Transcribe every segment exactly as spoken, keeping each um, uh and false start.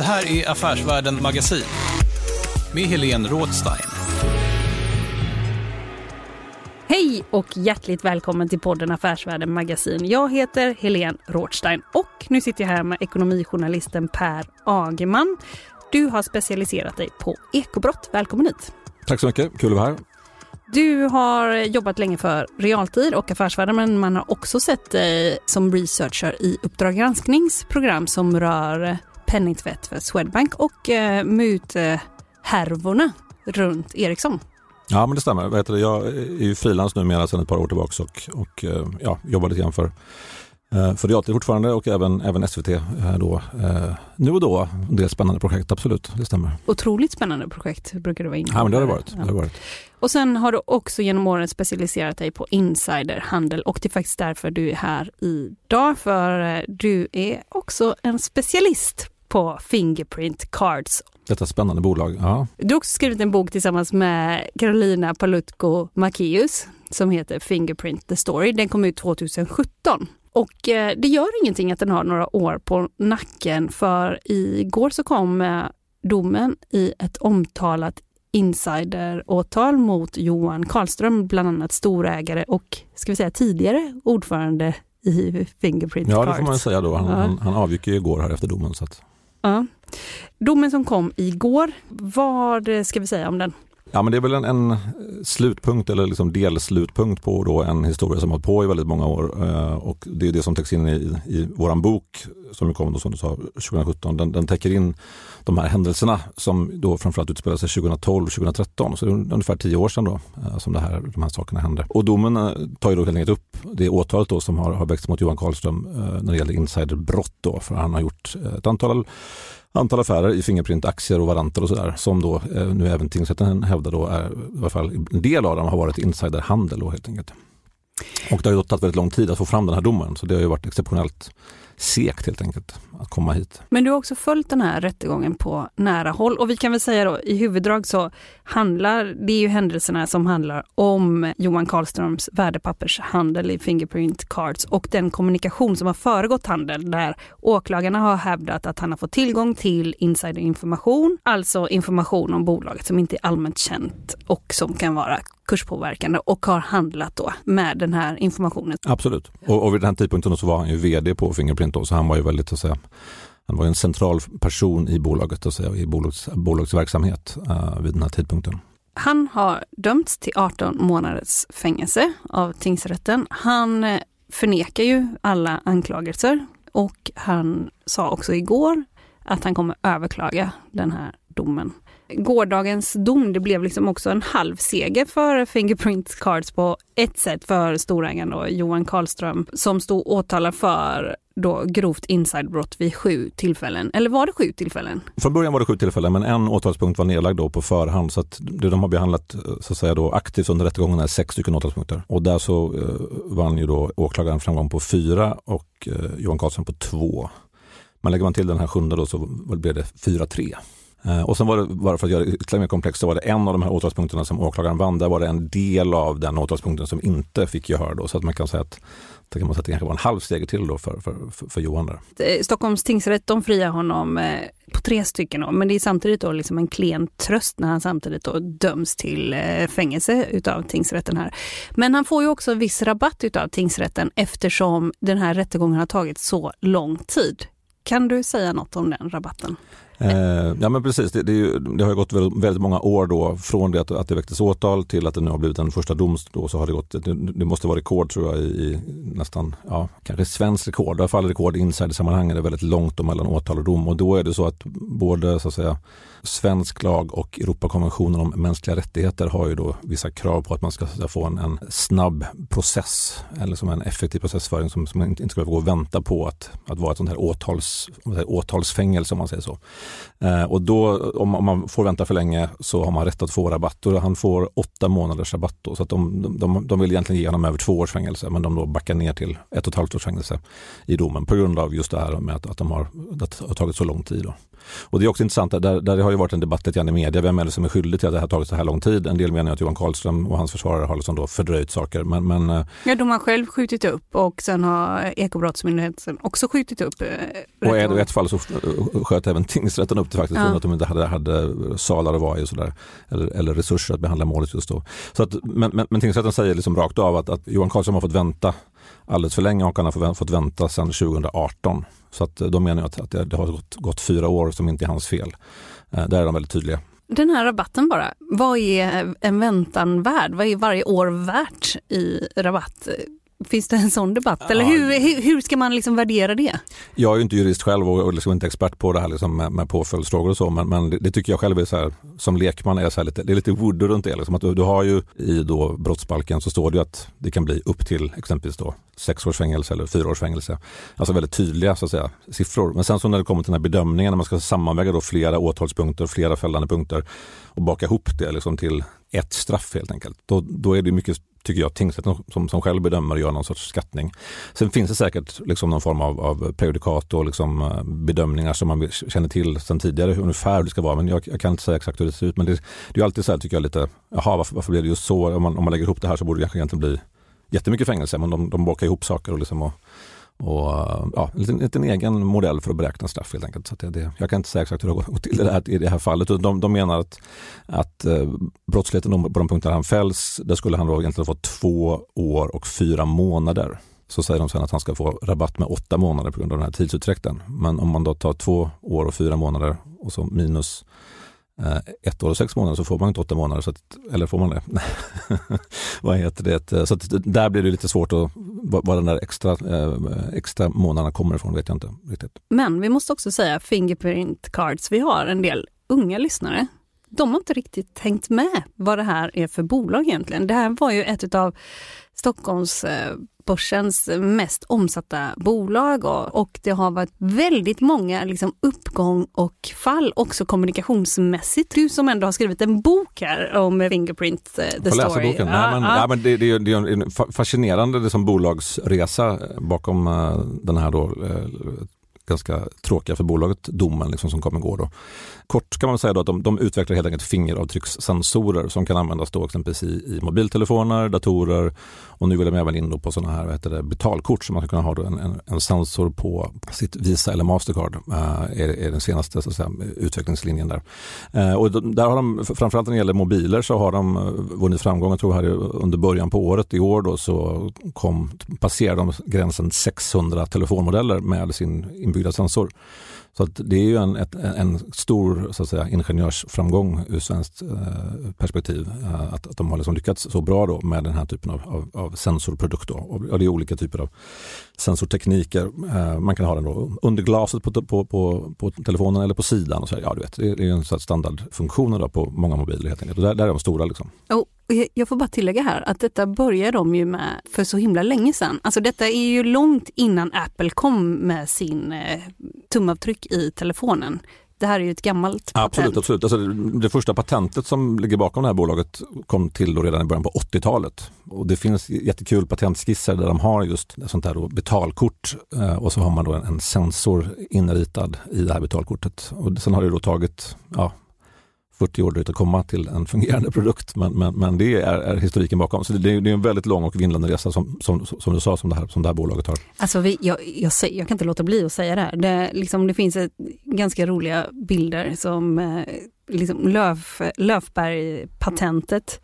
här är Affärsvärlden Magasin med Helene Rådstein. Hej och hjärtligt välkommen till podden Affärsvärlden Magasin. Jag heter Helene Rådstein och nu sitter jag här med ekonomijournalisten Per Agerman. Du har specialiserat dig på ekobrott. Välkommen hit. Tack så mycket, kul att vara här. Du har jobbat länge för Realtid och Affärsvärlden, men man har också sett dig som researcher i Uppdrag granskningsprogram som rör penningtvätt för Swedbank och eh, muthärvorna runt Ericsson. Ja, men det stämmer. Vet du, jag är ju frilans numera sedan ett par år tillbaka och, och ja, jobbar lite grann för, för Realtid fortfarande och även, även S V T då, nu och då. Det är ett spännande projekt, absolut. Det stämmer. Otroligt spännande projekt brukar det vara inne. Ja, men det har det varit. Ja. Det har varit. Och sen har du också genom åren specialiserat dig på insiderhandel och det är faktiskt därför du är här idag, för du är också en specialist på Fingerprint Cards. Detta spännande bolag, ja. Du har också skrivit en bok tillsammans med Carolina Palutko-Mackius som heter Fingerprint the Story. Den kom ut tjugohundrasjutton. Och eh, det gör ingenting att den har några år på nacken, för igår så kom eh, domen i ett omtalat insideråtal mot Johan Karlström, bland annat storägare och ska vi säga tidigare ordförande i Fingerprint Cards. Ja, det får man säga då. Han, ja. han, han avgick ju igår här efter domen. Så att... Ja. Domen som kom igår, vad ska vi säga om den? Ja, men det är väl en, en slutpunkt eller liksom delslutpunkt på då en historia som har hållit på i väldigt många år, och det är det som täcks in i, i våran bok som kom då, som du sa, tjugohundrasjutton. Den, den täcker in de här händelserna som då framförallt utspelar sig tjugotolv tjugotretton, så det är ungefär tio år sedan då som det här, de här sakerna hände. Och domen tar ju då helt enkelt upp det åtalet då som har, har väckts mot Johan Karlström när det gäller insiderbrott då, för han har gjort ett antal Antal affärer i Fingerprint-aktier och varanter och sådär, som då eh, nu även tingsrätten hävdar då är, i alla fall en del av dem har varit insiderhandel då helt enkelt. Och det har ju tagit väldigt lång tid att få fram den här domen, så det har ju varit exceptionellt segt helt enkelt att komma hit. Men du har också följt den här rättegången på nära håll, och vi kan väl säga då i huvuddrag så handlar det är ju händelserna som handlar om Johan Karlströms värdepappershandel i Fingerprint Cards och den kommunikation som har föregått handel, där åklagarna har hävdat att han har fått tillgång till insiderinformation, alltså information om bolaget som inte är allmänt känt och som kan vara kurspåverkande, och har handlat då med den här informationen. Absolut. Och, och vid den här tidpunkten så var han ju vd på Fingerprint då, så han var ju väldigt att säga, han var en central person i bolaget, att säga, i bolags, bolagsverksamhet uh, vid den här tidpunkten. Han har dömts till arton månaders fängelse av tingsrätten. Han förnekar ju alla anklagelser och han sa också igår att han kommer överklaga den här domen. Gårdagens dom, det blev liksom också en halv seger för Fingerprint Cards på ett sätt för storägaren då, Johan Karlström, som stod åtalad för då grovt insiderbrott vid sju tillfällen. Eller var det sju tillfällen? Från början var det sju tillfällen, men en åtalspunkt var nedlagd då på förhand, så att det de har behandlat så att säga då aktivt under rättegången är sex stycken åtalspunkter. Och där så eh, vann ju då åklagaren framgång på fyra och eh, Johan Karlström på två. Men lägger man till den här sjunde då så blev det fyra tre. Och sen var det, bara för att göra det ytterligare mer komplext, så var det en av de här åtalspunkterna som åklagaren vann. Där var det en del av den åtalspunkten som inte fick gehör då. Så att man kan säga att det kan man säga att det kanske var en halv steg till då för, för, för, för Johan där. Stockholms tingsrätt, de friar honom eh, på tre stycken då, men det är samtidigt då liksom en klen tröst när han samtidigt då döms till eh, fängelse utav tingsrätten här. Men han får ju också en viss rabatt utav tingsrätten eftersom den här rättegången har tagit så lång tid. Kan du säga något om den rabatten? Eh, ja men precis, det, det, är ju, det har ju gått väldigt, väldigt många år då från det att, att det väcktes åtal till att det nu har blivit en första dom då, så har det gått, det, det måste vara rekord tror jag i, i nästan, ja kanske svensk rekord, i alla fall rekord i insidersammanhang är det väldigt långt mellan åtal och dom, och då är det så att både så att säga svensk lag och Europakonventionen om mänskliga rättigheter har ju då vissa krav på att man ska säga, få en, en snabb process eller som en effektiv processföring som, som inte ska gå och vänta på att, att vara ett sånt här åtals, åtalsfängelse om man säger så. Eh, och då om, om man får vänta för länge så har man rätt att få rabatt, och han får åtta månaders rabatt då, så att de, de, de, de vill egentligen ge honom över två års fängelse, men de då backar ner till ett och ett halvt års fängelse i domen på grund av just det här med att, att de har, att det har tagit så lång tid då. Och det är också intressant, där, där det har ju varit en debatt lite grann i media, vem är det som är skyldig till att det har tagit så här lång tid? En del menar att Johan Karlström och hans försvarare har liksom då fördröjt saker. Men, men, ja, de har själv skjutit upp och sen har Ekobrottsmyndigheten också skjutit upp. Och i ett fall så sköt även tingsrätten upp det faktiskt, ja. För att de inte hade, hade salar att vara i och sådär, eller, eller resurser att behandla målet just då. Så att, men, men, men tingsrätten säger liksom rakt av att, att Johan Karlström har fått vänta alldeles för länge och han har fått vänta sedan tjugo arton. Så att de menar att, att det, det har gått, gått fyra år som inte är hans fel. Eh, där är de väldigt tydliga. Den här rabatten bara, vad är en väntan värd? Vad är varje år värt i rabatt? Finns det en sån debatt? Ja. Eller hur, hur, hur ska man liksom värdera det? Jag är ju inte jurist själv och liksom inte expert på det här liksom med, med påföljdsfrågor och så, men, men det, det tycker jag själv är så här, som lekman är så här lite, det är lite wood runt det. Liksom att du, du har ju i då brottsbalken så står det ju att det kan bli upp till exempelvis då sex års fängelse eller fyra års fängelse. Alltså väldigt tydliga så att säga siffror. Men sen så när det kommer till den här bedömningen, när man ska sammanväga då flera åtalspunkter, flera fällande punkter och baka ihop det liksom till ett straff helt enkelt. Då, då är det mycket, tycker jag, tingsrätten som, som själv bedömer och gör någon sorts skattning. Sen finns det säkert liksom någon form av, av prejudikat och liksom bedömningar som man känner till sedan tidigare ungefär hur det ska vara, men jag, jag kan inte säga exakt hur det ser ut. Men det, det är alltid så här, tycker jag, lite, jaha, varför, varför blir det just så? Om man, om man lägger ihop det här så borde det egentligen bli jättemycket fängelse, men de, de bakar ihop saker och liksom och, och ja, en liten, liten egen modell för att beräkna straff helt enkelt. Så att det, det, jag kan inte säga exakt hur det har gått till det här, i det här fallet. De, de menar att, att eh, brottsligheten på de punkter han fälls, där skulle han då egentligen få två år och fyra månader. Så säger de sen att han ska få rabatt med åtta månader på grund av den här tidsutdräkten. Men om man då tar två år och fyra månader och så minus Uh, ett år och sex månader så får man inte åtta månader, så att, eller får man det? Vad heter det? Så att, där blir det lite svårt att vad den där extra, uh, extra månaderna kommer ifrån, vet jag inte riktigt. Men vi måste också säga Fingerprint Cards, vi har en del unga lyssnare. De har inte riktigt tänkt med vad det här är för bolag egentligen. Det här var ju ett av Stockholms uh, börsens mest omsatta bolag och, och det har varit väldigt många liksom, uppgång och fall också kommunikationsmässigt. Du som ändå har skrivit en bok här om Fingerprint uh, The Story. Boken. Ja, nej, men, ja. Nej, men det, det, det är en fascinerande liksom, bolagsresa bakom uh, den här då uh, ganska tråkiga för bolaget domen liksom, som kom igår då. Kort kan man säga då att de, de utvecklar helt enkelt fingeravtryckssensorer som kan användas då exempelvis i, i mobiltelefoner, datorer och nu vill de även in då på sådana här vad heter det, betalkort som man ska kunna ha då en, en, en sensor på sitt Visa eller Mastercard uh, är, är den senaste så att säga, utvecklingslinjen där. Uh, och då, där har de, framförallt när det gäller mobiler så har de uh, vunnit framgång. Jag tror här under början på året i år då så kom, passerade de gränsen sexhundra telefonmodeller med sin inbyggda sensor. Så att det är ju en, ett, en stor så att säga, ingenjörsframgång ur svenskt eh, perspektiv eh, att, att de har liksom lyckats så bra då med den här typen av, av, av sensorprodukt. Då. Och, och det är olika typer av sensortekniker. Eh, man kan ha den då under glaset på, på, på, på telefonen eller på sidan. Och så, ja, du vet, det är, det är en så standardfunktion då på många mobiler helt enkelt. Och där, där är de stora liksom. Oh. Jag får bara tillägga här att detta börjar de ju med för så himla länge sedan. Alltså detta är ju långt innan Apple kom med sin eh, tumavtryck i telefonen. Det här är ju ett gammalt patent. Absolut, absolut. Alltså det, det första patentet som ligger bakom det här bolaget kom till då redan i början på åttiotalet. Och det finns jättekul patentskisser där de har just sånt här då betalkort eh, och så har man då en, en sensor inritad i det här betalkortet. Och sen har det då tagit, ja, fyrtio år att komma till en fungerande produkt, men, men, men det är, är historiken bakom. Så det är, det är en väldigt lång och vindlande resa som, som, som du sa som det här, som det här bolaget har. Alltså vi, jag, jag, säger, jag kan inte låta bli att säga det här. Det, liksom, det finns ett, ganska roliga bilder som eh, liksom Löf, Löfberg-patentet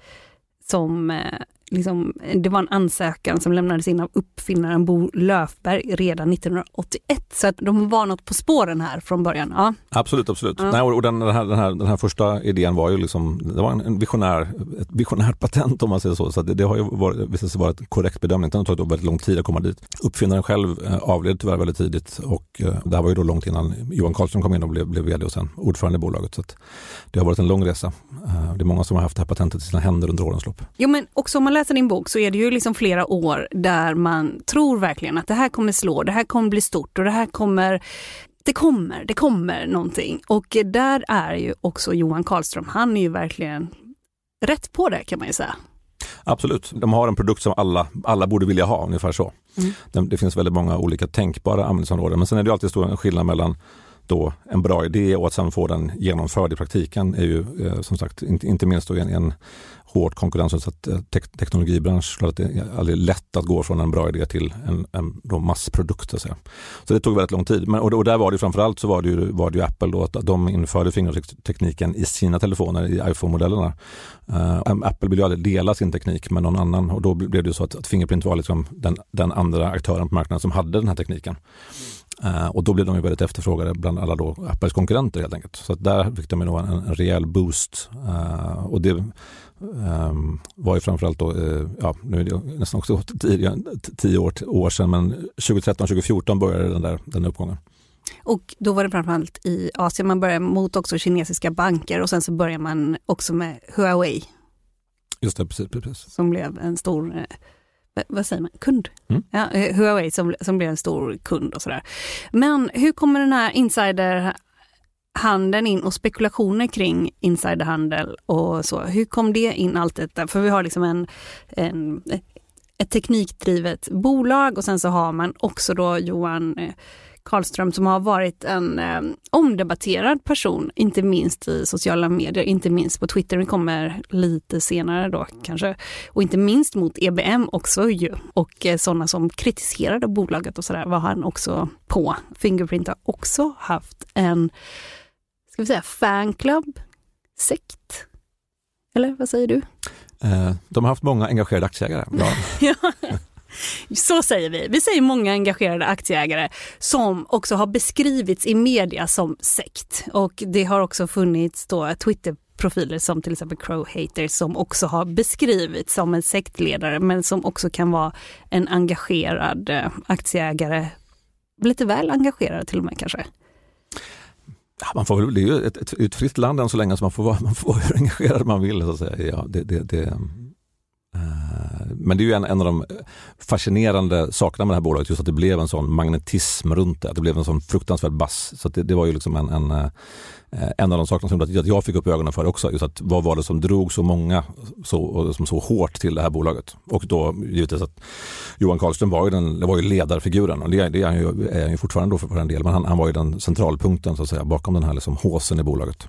som eh, liksom, det var en ansökan som lämnades in av uppfinnaren Bo Löfberg redan nittonhundraåttioett. Så att de var något på spåren här från början. Ja. Absolut, absolut. Ja. Nej, och den, den, här, den, här, den här första idén var ju liksom, det var en, en visionär, ett visionärt patent om man säger så. Så det, det har ju varit, visat sig vara ett korrekt bedömning. Det har tagit väldigt lång tid att komma dit. Uppfinnaren själv eh, avled tyvärr väldigt tidigt och eh, det här var ju då långt innan Johan Karlström kom in och blev, blev vd och sen ordförande i bolaget. Så att det har varit en lång resa. Eh, det är många som har haft det här patentet i sina händer under årens lopp. Jo, men också om man läser din bok så är det ju liksom flera år där man tror verkligen att det här kommer slå, det här kommer bli stort och det här kommer, det kommer, det kommer någonting. Och där är ju också Johan Karlström, han är ju verkligen rätt på det kan man ju säga. Absolut, de har en produkt som alla, alla borde vilja ha, ungefär så. Mm. Det, det finns väldigt många olika tänkbara användningsområden, men sen är det alltid stor en skillnad mellan då en bra idé och att sen få den genomförd i praktiken är ju eh, som sagt inte, inte minst då en, en hårt konkurrensutsatt te- teknologibransch, så att det är aldrig lätt att gå från en bra idé till en, en då massprodukt. Så, så det tog väldigt lång tid. Men, och, och där var det framförallt så var det ju, var det ju Apple då, att de införde fingertekniken i sina telefoner, i iPhone-modellerna. Uh, Apple ville ju aldrig dela sin teknik med någon annan, och då blev det ju så att, att Fingerprint var liksom den, den andra aktören på marknaden som hade den här tekniken. Uh, och då blev de ju väldigt efterfrågade bland alla då Apples konkurrenter helt enkelt. Så att där fick de ju då en, en rejäl boost. Uh, och det um, var ju framförallt då, uh, ja nu är det nästan också tio, tio år, år sedan, men tjugotretton tjugofjorton började den där den uppgången. Och då var det framförallt i Asien man började mot också kinesiska banker, och sen så började man också med Huawei. Just det, precis. precis. Som blev en stor... Uh, vad säger man? Kund. Mm. Ja, Huawei som, som blev en stor kund och sådär. Men hur kommer den här insiderhandeln in och spekulationer kring insiderhandel och så? Hur kom det in allt detta? För vi har liksom en, en, ett teknikdrivet bolag, och sen så har man också då Johan Karlström som har varit en eh, omdebatterad person, inte minst i sociala medier, inte minst på Twitter. Vi kommer lite senare då kanske. Och inte minst mot E B M också ju. Och eh, sådana som kritiserade bolaget och sådär var han också på. Fingerprint har också haft en, ska vi säga, fanclub, sekt. Eller vad säger du? Eh, de har haft många engagerade aktieägare. Ja. Ja. Så säger vi. Vi säger många engagerade aktieägare som också har beskrivits i media som sekt. Och det har också funnits då Twitter-profiler som till exempel Crow Haters som också har beskrivits som en sektledare, men som också kan vara en engagerad aktieägare. Lite väl engagerad till och med kanske. Ja, man får, det är ju ett, ett, ett fritt land än så länge, så man får vara, man får vara hur engagerad man vill. Så att säga. Ja, det... det, det Men det är ju en, en av de fascinerande sakerna med det här bolaget, just att det blev en sån magnetism runt det, att det blev en sån fruktansvärd bass. Så att det, det var ju liksom en, en, en av de sakerna som gjorde att jag fick upp ögonen för också, just att vad var det som drog så många så, som så hårt till det här bolaget. Och då givetvis att Johan Karlström var ju, den, det var ju ledarfiguren, och det, det är han ju, är han ju fortfarande då för, för en del, men han, han var ju den centralpunkten så att säga bakom den här liksom håsen i bolaget.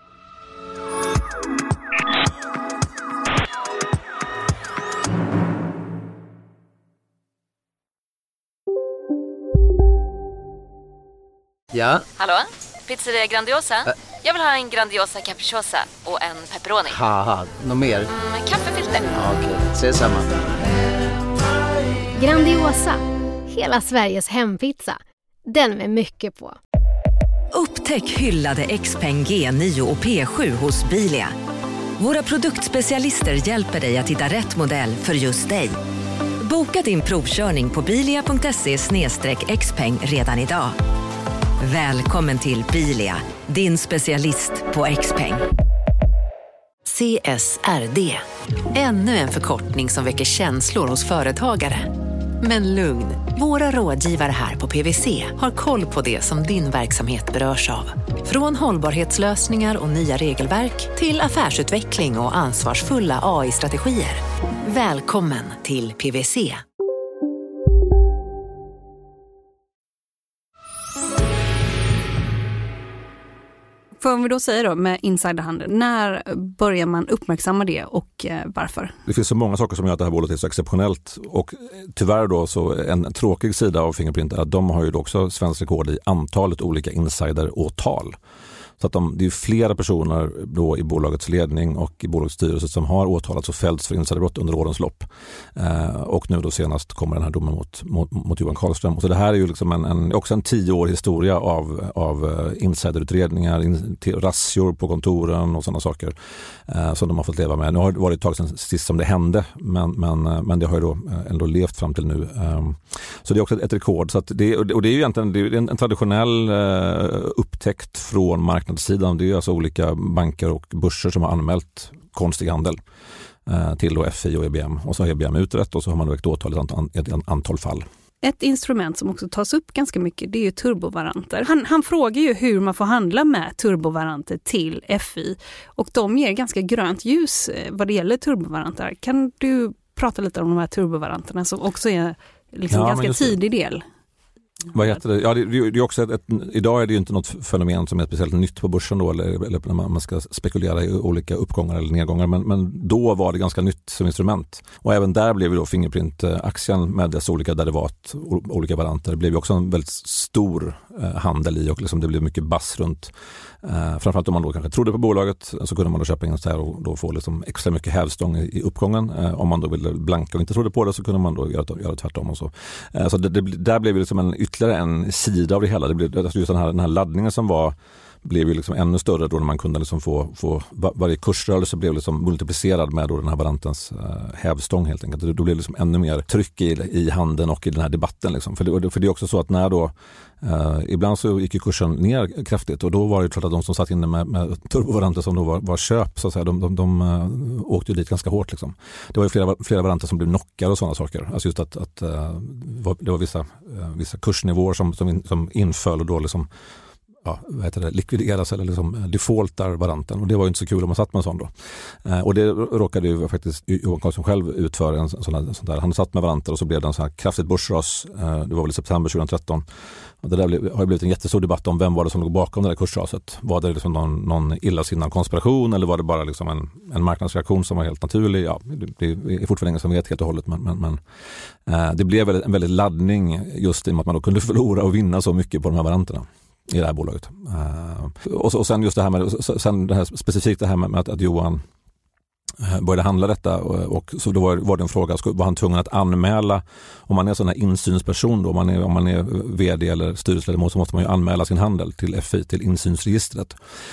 Ja. Hallå? Pizzeria Grandiosa? Ä Jag vill ha en Grandiosa capriciosa och en pepperoni. Haha, något mer? Mm, kaffefilter. Ja, okej, okay. Ses samma. Grandiosa, hela Sveriges hempizza. Den med mycket på. Upptäck hyllade Xpeng G nio och P sju hos Bilia. Våra produktspecialister hjälper dig att hitta rätt modell för just dig. Boka din provkörning på bilia punkt se slash xpeng redan idag. Välkommen till Bilia, din specialist på Xpeng. C S R D. Ännu en förkortning som väcker känslor hos företagare. Men lugn, våra rådgivare här på P W C har koll på det som din verksamhet berörs av. Från hållbarhetslösningar och nya regelverk till affärsutveckling och ansvarsfulla A I-strategier. Välkommen till P W C. För om vi då säger då med insiderhandel, när börjar man uppmärksamma det och eh, varför? Det finns så många saker som gör att det här bolaget är så exceptionellt, och tyvärr då så en tråkig sida av Fingerprint är att de har ju då också svensk rekord i antalet olika insideråtal. Så att de, det är flera personer då i bolagets ledning och i bolagets styrelse som har åtalats och fällts för insiderbrott under årens lopp. Eh, och nu då senast kommer den här domen mot, mot, mot Johan Karlström. Och så det här är ju liksom en, en, också en tioårig historia av, av insiderutredningar, in, razzior på kontoren och sådana saker eh, som de har fått leva med. Nu har det varit ett tag sedan sist som det hände, men, men, men det har ju då ändå levt fram till nu. Eh, så det är också ett, ett rekord. Så att det, och det är ju egentligen det är en, en traditionell eh, upptäckt från marknaden. Sidan. Det är alltså olika banker och börser som har anmält konstig handel eh, till då F I och E B M. Och så har E B M utrett och så har man väckt åtal i ett antal, ett antal fall. Ett instrument som också tas upp ganska mycket, det är ju turbovaranter. Han, han frågar ju hur man får handla med turbovaranter till F I, och de ger ganska grönt ljus vad det gäller turbovaranter. Kan du prata lite om de här turbovaranterna som också är liksom ja, ganska tidig del? Vad heter det? Ja, det, det är också ett, ett, idag är det ju inte något fenomen som är speciellt nytt på börsen då, eller, eller när man ska spekulera i olika uppgångar eller nedgångar, men, men då var det ganska nytt som instrument. Och även där blev ju då Fingerprint-aktien med dess olika derivat, olika varianter, det blev ju också en väldigt stor eh, handel i, och liksom det blev mycket bass runt. Eh, framförallt om man då kanske trodde på bolaget, så kunde man då köpa in så här och då få liksom extra mycket hävstång i, i uppgången. Eh, om man då ville blanka och inte trodde på det, så kunde man då göra, göra tvärtom och så. Eh, så det, det, där blev det liksom en, ytterligare en sida av det hela. Det blev, alltså just den här, den här laddningen som var, blev ju liksom ännu större då när man kunde liksom få, få varje kursrörelse blev liksom multiplicerad med då den här variantens eh, hävstång helt enkelt. Då blev det liksom ännu mer tryck i, i handeln och i den här debatten liksom. För det, för det är också så att när då eh, ibland så gick ju kursen ner kraftigt, och då var det klart att de som satt inne med, med turbovarianter som då var, var köp så att säga, de, de, de uh, åkte ju dit ganska hårt liksom. Det var ju flera, flera varianter som blev knockade och sådana saker. Alltså just att, att uh, det var vissa, uh, vissa kursnivåer som, som, in, som inföll och då liksom ja, vad heter det, likvideras eller liksom defaultar varianten, och det var ju inte så kul om man satt med en sån då. Eh, och det råkade ju faktiskt Johan Karlsson själv utföra en sån här, sån där. Han satt med varianter och så blev det en sån här kraftigt börsras. Eh, det var väl i september tjugohundratretton. Och det där blev, har ju blivit en jättestor debatt om vem var det som låg bakom det där kursraset. Var det liksom någon, någon illasinnad konspiration, eller var det bara liksom en, en marknadsreaktion som var helt naturlig? Ja, det, det är fortfarande ingen som vet helt och hållet, men, men, men eh, det blev en väldigt laddning just i och med att man då kunde förlora och vinna så mycket på de här varianterna i det här bolaget. Uh, och, och sen just det här med, sen det här, specifikt det här med att, att Johan började handla detta, och, och så då var, var det en fråga, var han tvungen att anmäla, om man är sån här insynsperson då, om man är, om man är vd eller styrelseledamot, så måste man ju anmäla sin handel till F I, till insynsregistret.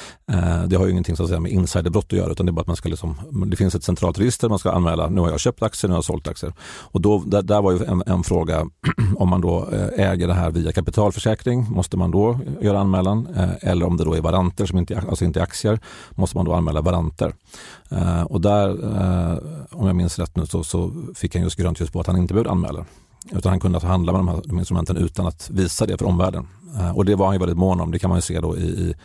Eh, det har ju ingenting så att säga med insiderbrott att göra, utan det är bara att man ska liksom, det finns ett centralt register, man ska anmäla, nu har jag köpt aktier, nu har jag sålt aktier. Och då, där, där var ju en, en fråga, om man då äger det här via kapitalförsäkring, måste man då göra anmälan, eh, eller om det då är varanter som inte, alltså inte aktier, måste man då anmäla varanter. Eh, och där, eh, om jag minns rätt nu, så, så fick han just grönt ljus på att han inte behövde anmäla, utan han kunde alltså handla med de här de instrumenten utan att visa det för omvärlden. Eh, och det var han ju väldigt mån om, det kan man ju se då i, i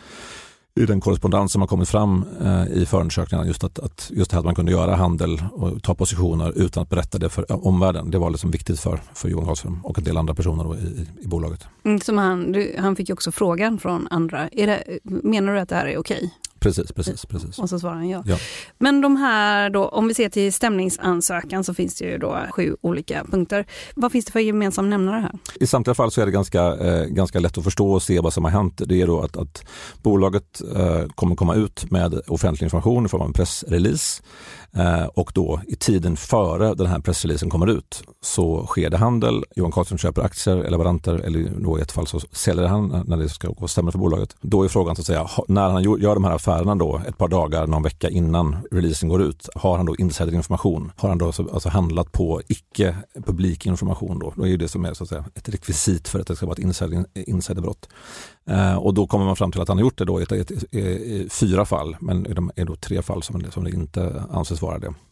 i den korrespondens som har kommit fram eh, i förundersökningarna, just att, att just det här att man kunde göra handel och ta positioner utan att berätta det för omvärlden, det var liksom viktigt för, för Johan Karlsson och en del andra personer då i, i, i bolaget. Mm, som han, du, han fick ju också frågan från andra, är det, menar du att det här är okej? Precis, precis, precis. Och så svarar han ja. ja. Men de här då, om vi ser till stämningsansökan, så finns det ju då sju olika punkter. Vad finns det för gemensam nämnare här? I samtliga fall så är det ganska, eh, ganska lätt att förstå och se vad som har hänt. Det är då att, att bolaget eh, kommer komma ut med offentlig information i form av en pressrelease. Eh, och då i tiden före den här pressreleasen kommer ut så sker det handel. Johan Karlsson köper aktier eller varanter, eller då i ett fall så säljer han när det ska gå stämma för bolaget. Då är frågan så att säga, när han gör de här affärerna då ett par dagar, någon vecka innan releasen går ut, har han då insiderinformation? Har han då alltså handlat på icke publik information då? Då är ju det som är så att säga ett rekvisit för att det ska vara ett insider, insiderbrott. Eh, och då kommer man fram till att han har gjort det då i, ett, ett, ett, i fyra fall, men det är då tre fall som, som det inte anses vara det.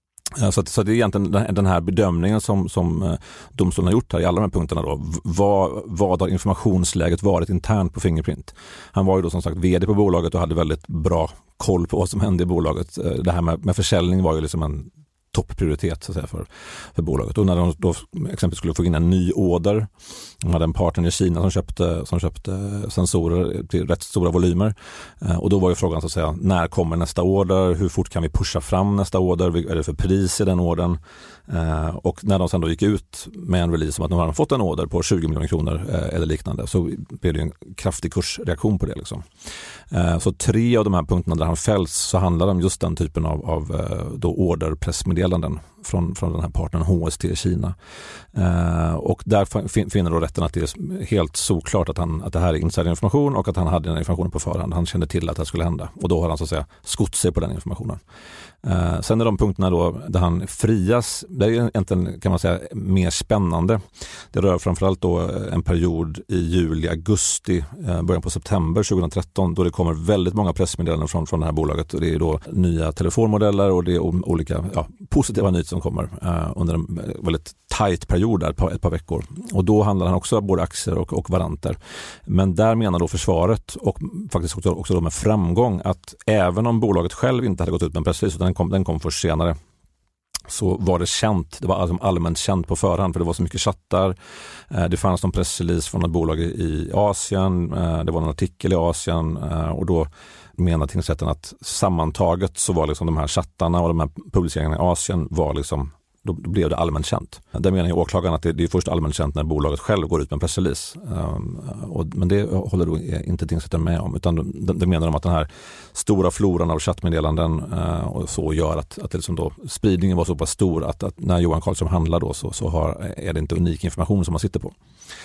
Så, att, så det är egentligen den här bedömningen som, som domstolen har gjort här i alla de här punkterna då. Vad, vad har informationsläget varit internt på Fingerprint? Han var ju då som sagt vd på bolaget och hade väldigt bra koll på vad som hände i bolaget. Det här med, med försäljning var ju liksom en topprioritet så att säga, för, för bolaget. Och när de då exempelvis skulle få in en ny order, de hade en partner i Kina som köpte, som köpte sensorer till rätt stora volymer. Eh, och då var ju frågan så att säga, när kommer nästa order? Hur fort kan vi pusha fram nästa order? Vad är det för pris i den ordern? Eh, och när de sen då gick ut med en release om att de hade fått en order på tjugo miljoner kronor eh, eller liknande, så blev det en kraftig kursreaktion på det liksom. Eh, så tre av de här punkterna där han fälls, så handlar det om just den typen av, av då orderpressmeddelanden från, från den här partnern H S T i Kina. Eh, och där fin, finner då rätten att det är helt såklart att, han, att det här är insiderinformation och att han hade den informationen på förhand. Han kände till att det skulle hända och då har han så att säga skott sig på den informationen. Eh, sen är de punkterna då där han frias, det är egentligen kan man säga mer spännande. Det rör framförallt då en period i juli, augusti, eh, början på september tjugohundratretton, då det kommer väldigt många pressmeddelanden från, från det här bolaget. Och det är då nya telefonmodeller och det är olika ja, positiva nyheter som kommer eh, under en väldigt tajt period där, ett par, ett par veckor. Och då handlar han också både aktier och, och varanter. Men där menar då försvaret och faktiskt också, också då med framgång att även om bolaget själv inte hade gått ut med en pressrelease, utan den kom, den kom först senare, så var det känt, det var alltså allmänt känt på förhand för det var så mycket chattar. Det fanns någon pressrelease från ett bolag i Asien, det var en artikel i Asien och då menar tingsrätten att sammantaget så var liksom de här chattarna och de här publiceringarna i Asien var liksom, då blev det allmänt känt. Där menar ju åklagaren att det, det är först allmänt känt när bolaget själv går ut med en pressrelease. Um, och, men det håller då inte tingsrätten med om, utan det, det menar de att den här stora floran av chattmeddelanden uh, och så gör att, att det liksom då, spridningen var så pass stor att, att när Johan Karlsson handlar då så, så har, är det inte unik information som man sitter på.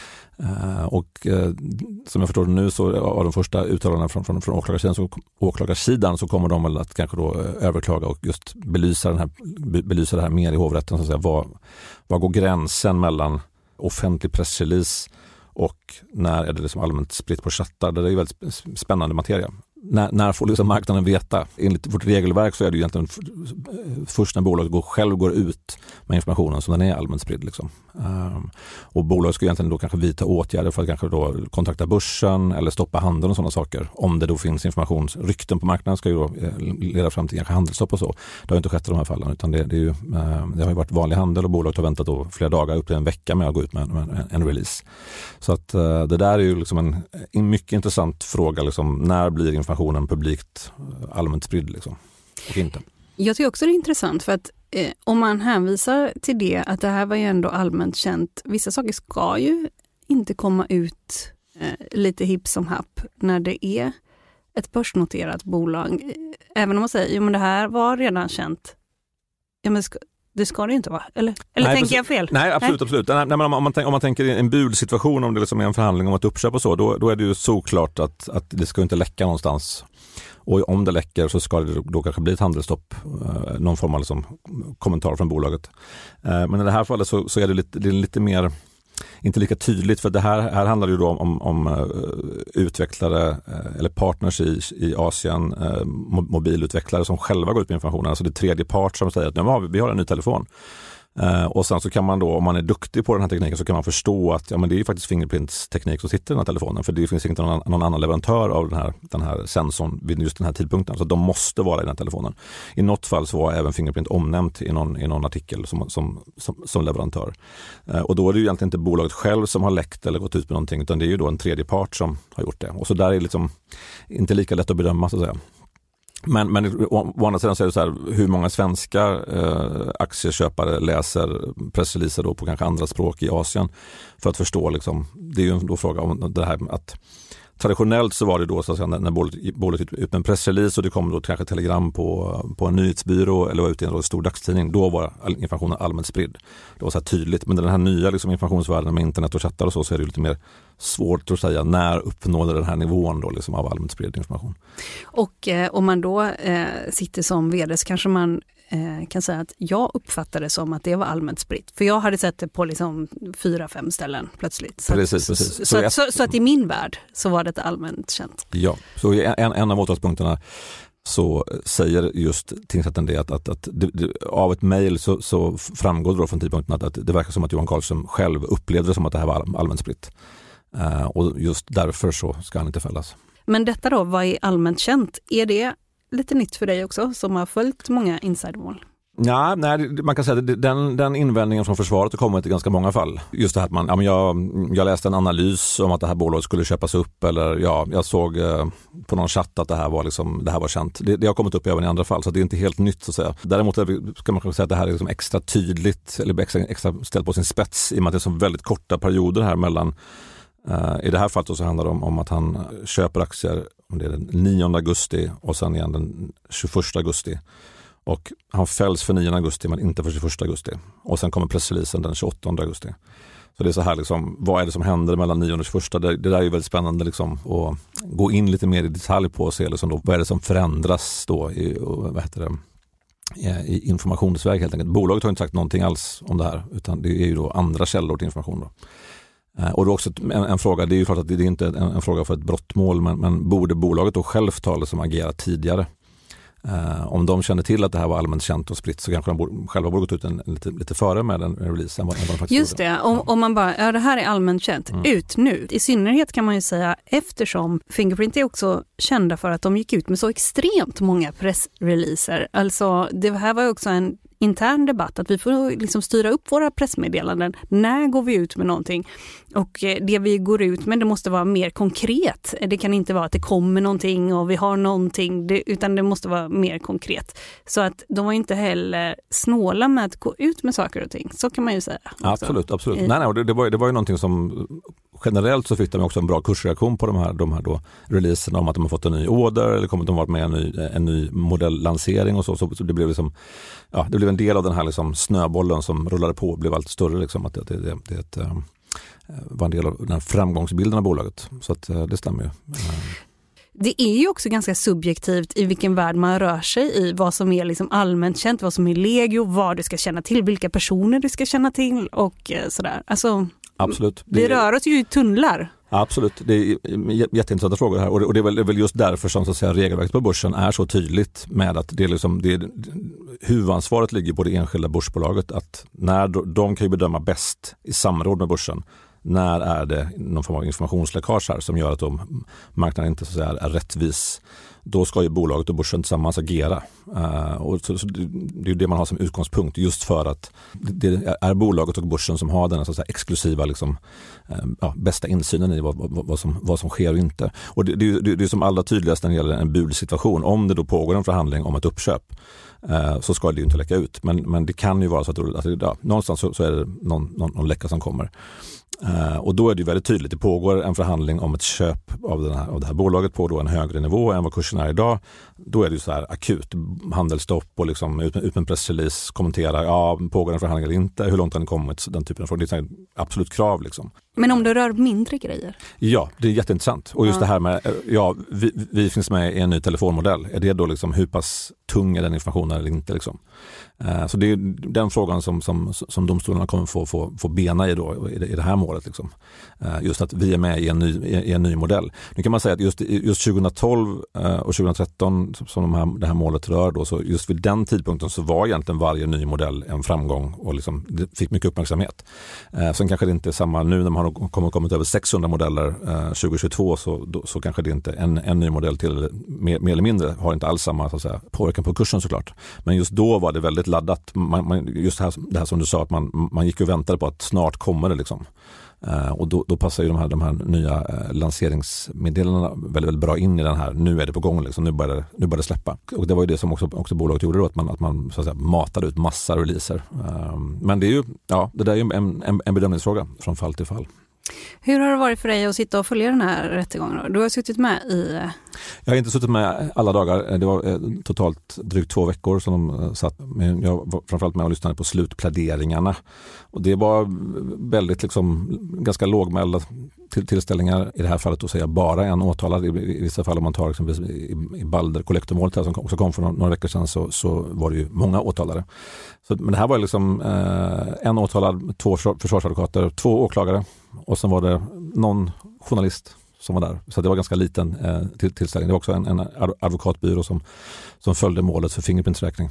Uh, och uh, som jag förstår det nu så av de första uttalandena från, från, från åklagarsidan, så, åklagarsidan så kommer de väl att kanske då uh, överklaga och just belysa, den här, be, belysa det här mer i hovrätten. Så att säga. Vad, vad går gränsen mellan offentlig pressrelease och när är det liksom allmänt spritt på chattar? Det är ju väldigt spännande materia. När, när får liksom marknaden veta? Enligt vårt regelverk så är det ju egentligen först när bolaget går, själv går ut med informationen som den är allmänt spridd. Liksom. Um, och bolaget ska egentligen då kanske vidta åtgärder för att kanske då kontakta börsen eller stoppa handeln och sådana saker. Om det då finns information, rykten på marknaden ska ju då leda fram till kanske handelsstopp och så. Det har ju inte skett i de här fallen utan det, det, är ju, um, det har ju varit vanlig handel och bolaget har väntat då flera dagar, upp till en vecka med att gå ut med en, en, en release. Så att uh, det där är ju liksom en, en mycket intressant fråga. Liksom, när blir informationen informationen publikt allmänt spridd liksom, och inte. Jag tycker också det är intressant för att eh, om man hänvisar till det att det här var ju ändå allmänt känt, vissa saker ska ju inte komma ut eh, lite hipp som happ när det är ett börsnoterat bolag. Även om man säger, jo men det här var redan känt. Ja men ska, det ska det inte vara. Eller, eller nej, tänker precis. jag fel? Nej, absolut. Nej. absolut. Nej, men om, man, om man tänker i en budsituation, om det liksom är en förhandling om ett uppköp och så, då, då är det ju såklart att, att det ska inte läcka någonstans. Och om det läcker så ska det då kanske bli ett handelsstopp, eh, någon form av liksom kommentar från bolaget. Eh, men i det här fallet så, så är det lite, det är lite mer, inte lika tydligt, för det här, här handlar det ju då om, om, om uh, utvecklare uh, eller partners i, i Asien, uh, mobilutvecklare som själva går ut med informationen. Alltså det är tredje part som säger att nu har vi, vi har en ny telefon. Uh, och sen så kan man då, om man är duktig på den här tekniken, så kan man förstå att ja, men det är ju faktiskt Fingerprints-teknik som sitter i den här telefonen, för det finns inte någon, någon annan leverantör av den här, den här sensorn vid just den här tidpunkten, så de måste vara i den här telefonen. I något fall så var även Fingerprint omnämnt i någon, i någon artikel som, som, som, som leverantör. Uh, och då är det ju egentligen inte bolaget själv som har läckt eller gått ut med någonting, utan det är ju då en tredje part som har gjort det. Och så där är det liksom inte lika lätt att bedöma, så att säga. Men, men å andra sidan så är det så här, hur många svenska eh, aktieköpare läser pressreleaser då på kanske andra språk i Asien för att förstå liksom, det är ju då fråga om det här att traditionellt så var det då så att säga, när, när bolaget, bolaget ut med en pressrelease och det kom då kanske telegram på, på en nyhetsbyrå eller var ute i en stor dagstidning, då var informationen allmänt spridd. Det var så här tydligt, men den här nya liksom, informationsvärlden med internet och chattar och så, så är det lite mer svårt att säga när uppnådde den här nivån då, liksom, av allmänt spridd information. Och eh, om man då eh, sitter som vd så kanske man eh, kan säga att jag uppfattade det som att det var allmänt spritt. För jag hade sett det på liksom fyra, fem ställen plötsligt. Så, precis, att, precis. Så, så, så, ett, så, så att i min värld så var det allmänt känt. Ja, så en, en av åtalspunkterna så säger just tingsrätten det att, att, att det, det, av ett mejl så, så framgår det då från tidpunkten att, att det verkar som att Johan Karlsson själv upplevde det som att det här var all, allmänt spritt. Uh, och just därför så ska han inte fällas. Men detta då, vad är allmänt känt? Är det lite nytt för dig också som har följt många insidermål? Ja, nej, man kan säga att den, den invändningen från försvaret har kommit i ganska många fall. Just det här att man, ja, men jag, jag läste en analys om att det här bolaget skulle köpas upp, eller ja, jag såg eh, på någon chatt att det här var, liksom, det här var känt. Det, det har kommit upp även i andra fall, så det är inte helt nytt så att säga. Däremot ska man säga att det här är liksom extra tydligt, eller extra, extra ställt på sin spets i och med att det är så väldigt korta perioder här mellan. Uh, I det här fallet så handlar det om, om att han köper aktier om det är den nionde augusti och sen igen den tjugoförsta augusti. Och han fälls för nionde augusti men inte för tjugoförsta augusti. Och sen kommer pressreleasen den tjugoåttonde augusti. Så det är så här liksom, vad är det som händer mellan nionde och tjugoförsta? Det, det där är ju väldigt spännande liksom, att gå in lite mer i detalj på och se liksom då, vad är det som förändras då i, och, vad heter det, i informationsväg helt enkelt. Bolaget har inte sagt någonting alls om det här, utan det är ju då andra källor till information då. Och då också en, en fråga, det är ju klart att det är inte en, en fråga för ett brottmål, men, men borde bolaget då självt tala som agerat tidigare? Uh, om de kände till att det här var allmänt känt och spritt så kanske de borde, själva borde gått ut en, en lite, lite före med en release än vad, än vad de faktiskt Just det, om, om man bara, ja det här är allmänt känt, mm. ut nu. I synnerhet kan man ju säga eftersom Fingerprint är också kända för att de gick ut med så extremt många pressreleaser. Alltså det här var ju också en intern debatt, att vi får liksom styra upp våra pressmeddelanden. När går vi ut med någonting? Och eh, det vi går ut med, det måste vara mer konkret. Det kan inte vara att det kommer någonting och vi har någonting, det, utan det måste vara mer konkret. Så att de var inte heller snåla med att gå ut med saker och ting. Så kan man ju säga. Också. Absolut, absolut. I... Nej, nej, det, det, var, det var ju någonting som generellt så fick de också en bra kursreaktion på de här, de här då releaserna om att de har fått en ny order eller kommit att vara med en ny, en ny modelllansering och så. Så det blev liksom, ja, det blev en del av den här liksom snöbollen som rullade på och blev allt större liksom, att det, det, det, det ett, äh, var en del av den här framgångsbilden av bolaget. Så att äh, det stämmer ju. Det är ju också ganska subjektivt i vilken värld man rör sig i, vad som är liksom allmänt känt, vad som är legio, vad du ska känna till, vilka personer du ska känna till och sådär. Alltså, absolut. Det, det rör oss ju i tunnlar. Absolut, det är jätteintressanta frågor här och det är väl, det är väl just därför som så att säga, regelverket på börsen är så tydligt med att det är liksom, det är, huvudansvaret ligger på det enskilda börsbolaget att när de, de kan ju bedöma bäst i samråd med börsen när är det någon form av informationsläckage här som gör att de, marknaden inte så att säga, är rättvis. Då ska ju bolaget och börsen tillsammans agera. Uh, och så, så det, det är det man har som utgångspunkt just för att det är bolaget och börsen som har den så att säga, exklusiva liksom, uh, ja, bästa insynen i vad, vad, vad, som, vad som sker och inte. Och det, det, det, det är som allra tydligast när det gäller en budsituation. Om det då pågår en förhandling om ett uppköp uh, så ska det ju inte läcka ut. Men, men det kan ju vara så att, att det, ja, någonstans så, så är det någon, någon, någon läcka som kommer. Uh, och då är det ju väldigt tydligt, det pågår en förhandling om ett köp av, den här, av det här bolaget på då en högre nivå än vad kursen är idag. Då är det ju så här akut handelsstopp och liksom ut, ut med en pressrelease, kommentera, ja, pågår en förhandling eller inte, hur långt har den kommit, den typen av frågor. Det är ett absolut krav liksom. Men om det rör mindre grejer? Ja, det är jätteintressant. Och just ja. det här med, ja, vi, vi finns med i en ny telefonmodell. Är det då liksom hur pass tung är den informationen eller inte liksom? Uh, så det är den frågan som, som, som domstolarna kommer få, få, få bena i då i det, i det här målet liksom. Uh, just att vi är med i en ny, i en ny modell. Nu kan man säga att just, just tjugohundratolv uh, och tjugohundratretton som de här, det här målet rör då, så just vid den tidpunkten så var egentligen varje ny modell en framgång och liksom, det fick mycket uppmärksamhet. Uh, sen kanske det inte är samma nu när man har kommit, kommit över sexhundra modeller uh, tjugohundratjugotvå så, då, så kanske det inte en, en ny modell till mer, mer eller mindre har inte alls samma så att säga, påverkan på kursen såklart. Men just då var det väldigt laddat. Man, man, just det här, det här som du sa att man, man gick och väntade på att snart kommer det liksom. Uh, och då, då passar ju de här, de här nya uh, lanseringsmeddelandena väldigt, väldigt bra in i den här, nu är det på gång liksom, nu börjar det, nu börjar det släppa. Och det var ju det som också, också bolaget gjorde då, att man, att man så att säga, matade ut massa releaser. Uh, men det är ju, ja, det där är ju en, en, en bedömningsfråga från fall till fall. Hur har det varit för dig att sitta och följa den här rättegången? Du har suttit med i... Jag har inte suttit med alla dagar. Det var totalt drygt två veckor som de satt. Men jag var framförallt med och lyssnade på slutpläderingarna. Och det var väldigt liksom ganska lågmälda till, tillställningar. I det här fallet att säga bara en åtalad. I, i vissa fall om man tar exempelvis i, i Balder kollektormålet här som också kom för några veckor sedan så, så var det ju många åtalade. Så, men det här var liksom eh, en åtalad, två försvarsadvokater, två åklagare och sen var det någon journalist som var där. Så det var ganska liten eh, till, tillställning. Det var också en, en advokatbyrå som, som följde målet för Fingerprints-räkning.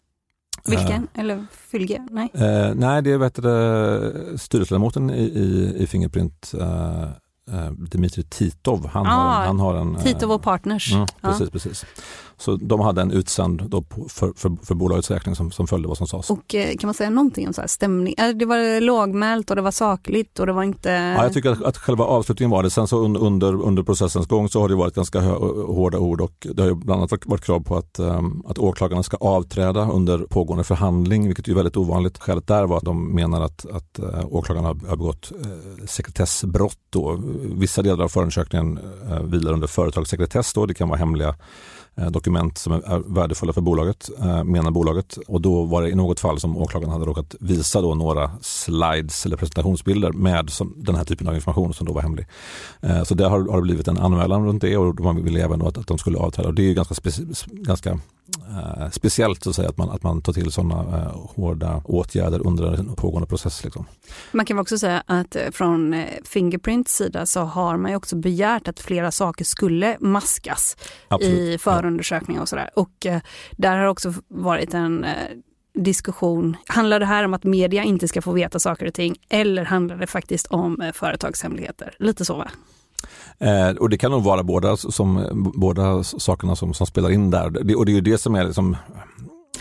Vilken? Uh, Eller Fylge? Nej, uh, nej det vet du, styrelseledamoten i, i, i Fingerprint, uh, uh, Dmitrij Titov. Han, ah, har en, han har en... Titov och Partners. Mm, precis, ah. precis. Så de hade en utsänd då på, för, för, för bolagets räkning som, som följde vad som sades. Och kan man säga någonting om så här stämning? Det var lågmält och det var sakligt och det var inte... Ja, jag tycker att, att själva avslutningen var det. Sen så under, under, under processens gång så har det varit ganska hö, hårda ord och det har ju bland annat varit krav på att, um, att åklagarna ska avträda under pågående förhandling, vilket är väldigt ovanligt. Skälet där var att de menar att, att uh, åklagarna har begått uh, sekretessbrott då. Vissa delar av förundersökningen uh, vilar under företagssekretess då. Det kan vara hemliga dokument som är värdefulla för bolaget, menar bolaget. Och då var det i något fall som åklagaren hade råkat visa då några slides eller presentationsbilder med som, den här typen av information som då var hemlig. Så det har, har det blivit en anmälan runt det och man ville även då att, att de skulle avträda. Och det är ju ganska, speci- ganska eh, speciellt så att säga att man, att man tar till sådana eh, hårda åtgärder under en pågående process. Liksom. Man kan också säga att från Fingerprints sida så har man ju också begärt att flera saker skulle maskas. Absolut. I förundersökningar och sådär. Och eh, där har också varit en eh, diskussion. Handlar det här om att media inte ska få veta saker och ting eller handlar det faktiskt om eh, företagshemligheter? Lite så va? Eh, och det kan nog vara båda, som, båda sakerna som, som spelar in där. Det, och det är ju det som är liksom...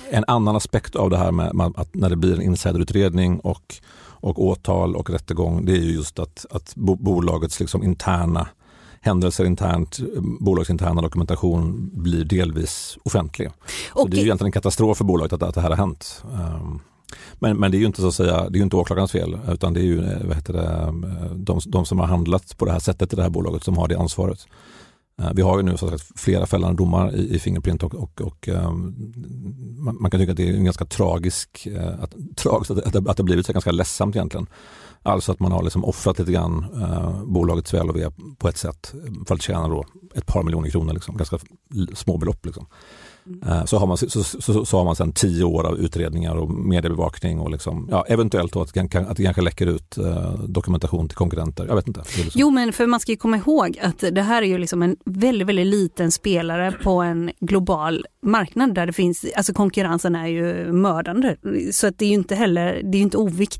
En annan aspekt av det här med, med att när det blir en insiderutredning och, och åtal och rättegång, det är ju just att, att bo, bolagets liksom interna händelser internt, bolagsinterna dokumentation blir delvis offentlig. Och så det är ju egentligen en katastrof för bolaget att, att det här har hänt. Um, men, men det är ju inte så att säga, det är ju inte åklagarens fel, utan det är ju vad heter det, de, de som har handlat på det här sättet i det här bolaget som har det ansvaret. Uh, vi har ju nu så sagt, flera fällande domar i, i Fingerprint och, och, och um, man, man kan tycka att det är en ganska tragisk uh, att, tragiskt att, att, att det blivit så ganska ledsamt egentligen. Alltså att man har liksom offrat lite grann uh, bolagets väl och ve på ett sätt för att tjäna då ett par miljoner kronor, liksom, ganska små belopp. Liksom. Uh, så, har man, så, så, så har man sedan tio år av utredningar och mediebevakning och liksom, ja, eventuellt då att, att det kanske läcker ut uh, dokumentation till konkurrenter. Jag vet inte. Liksom. Jo, men för man ska ju komma ihåg att det här är ju liksom en väldigt, väldigt liten spelare på en global marknad där det finns, alltså konkurrensen är ju mördande. Så att det är ju inte heller, det är ju inte oviktigt.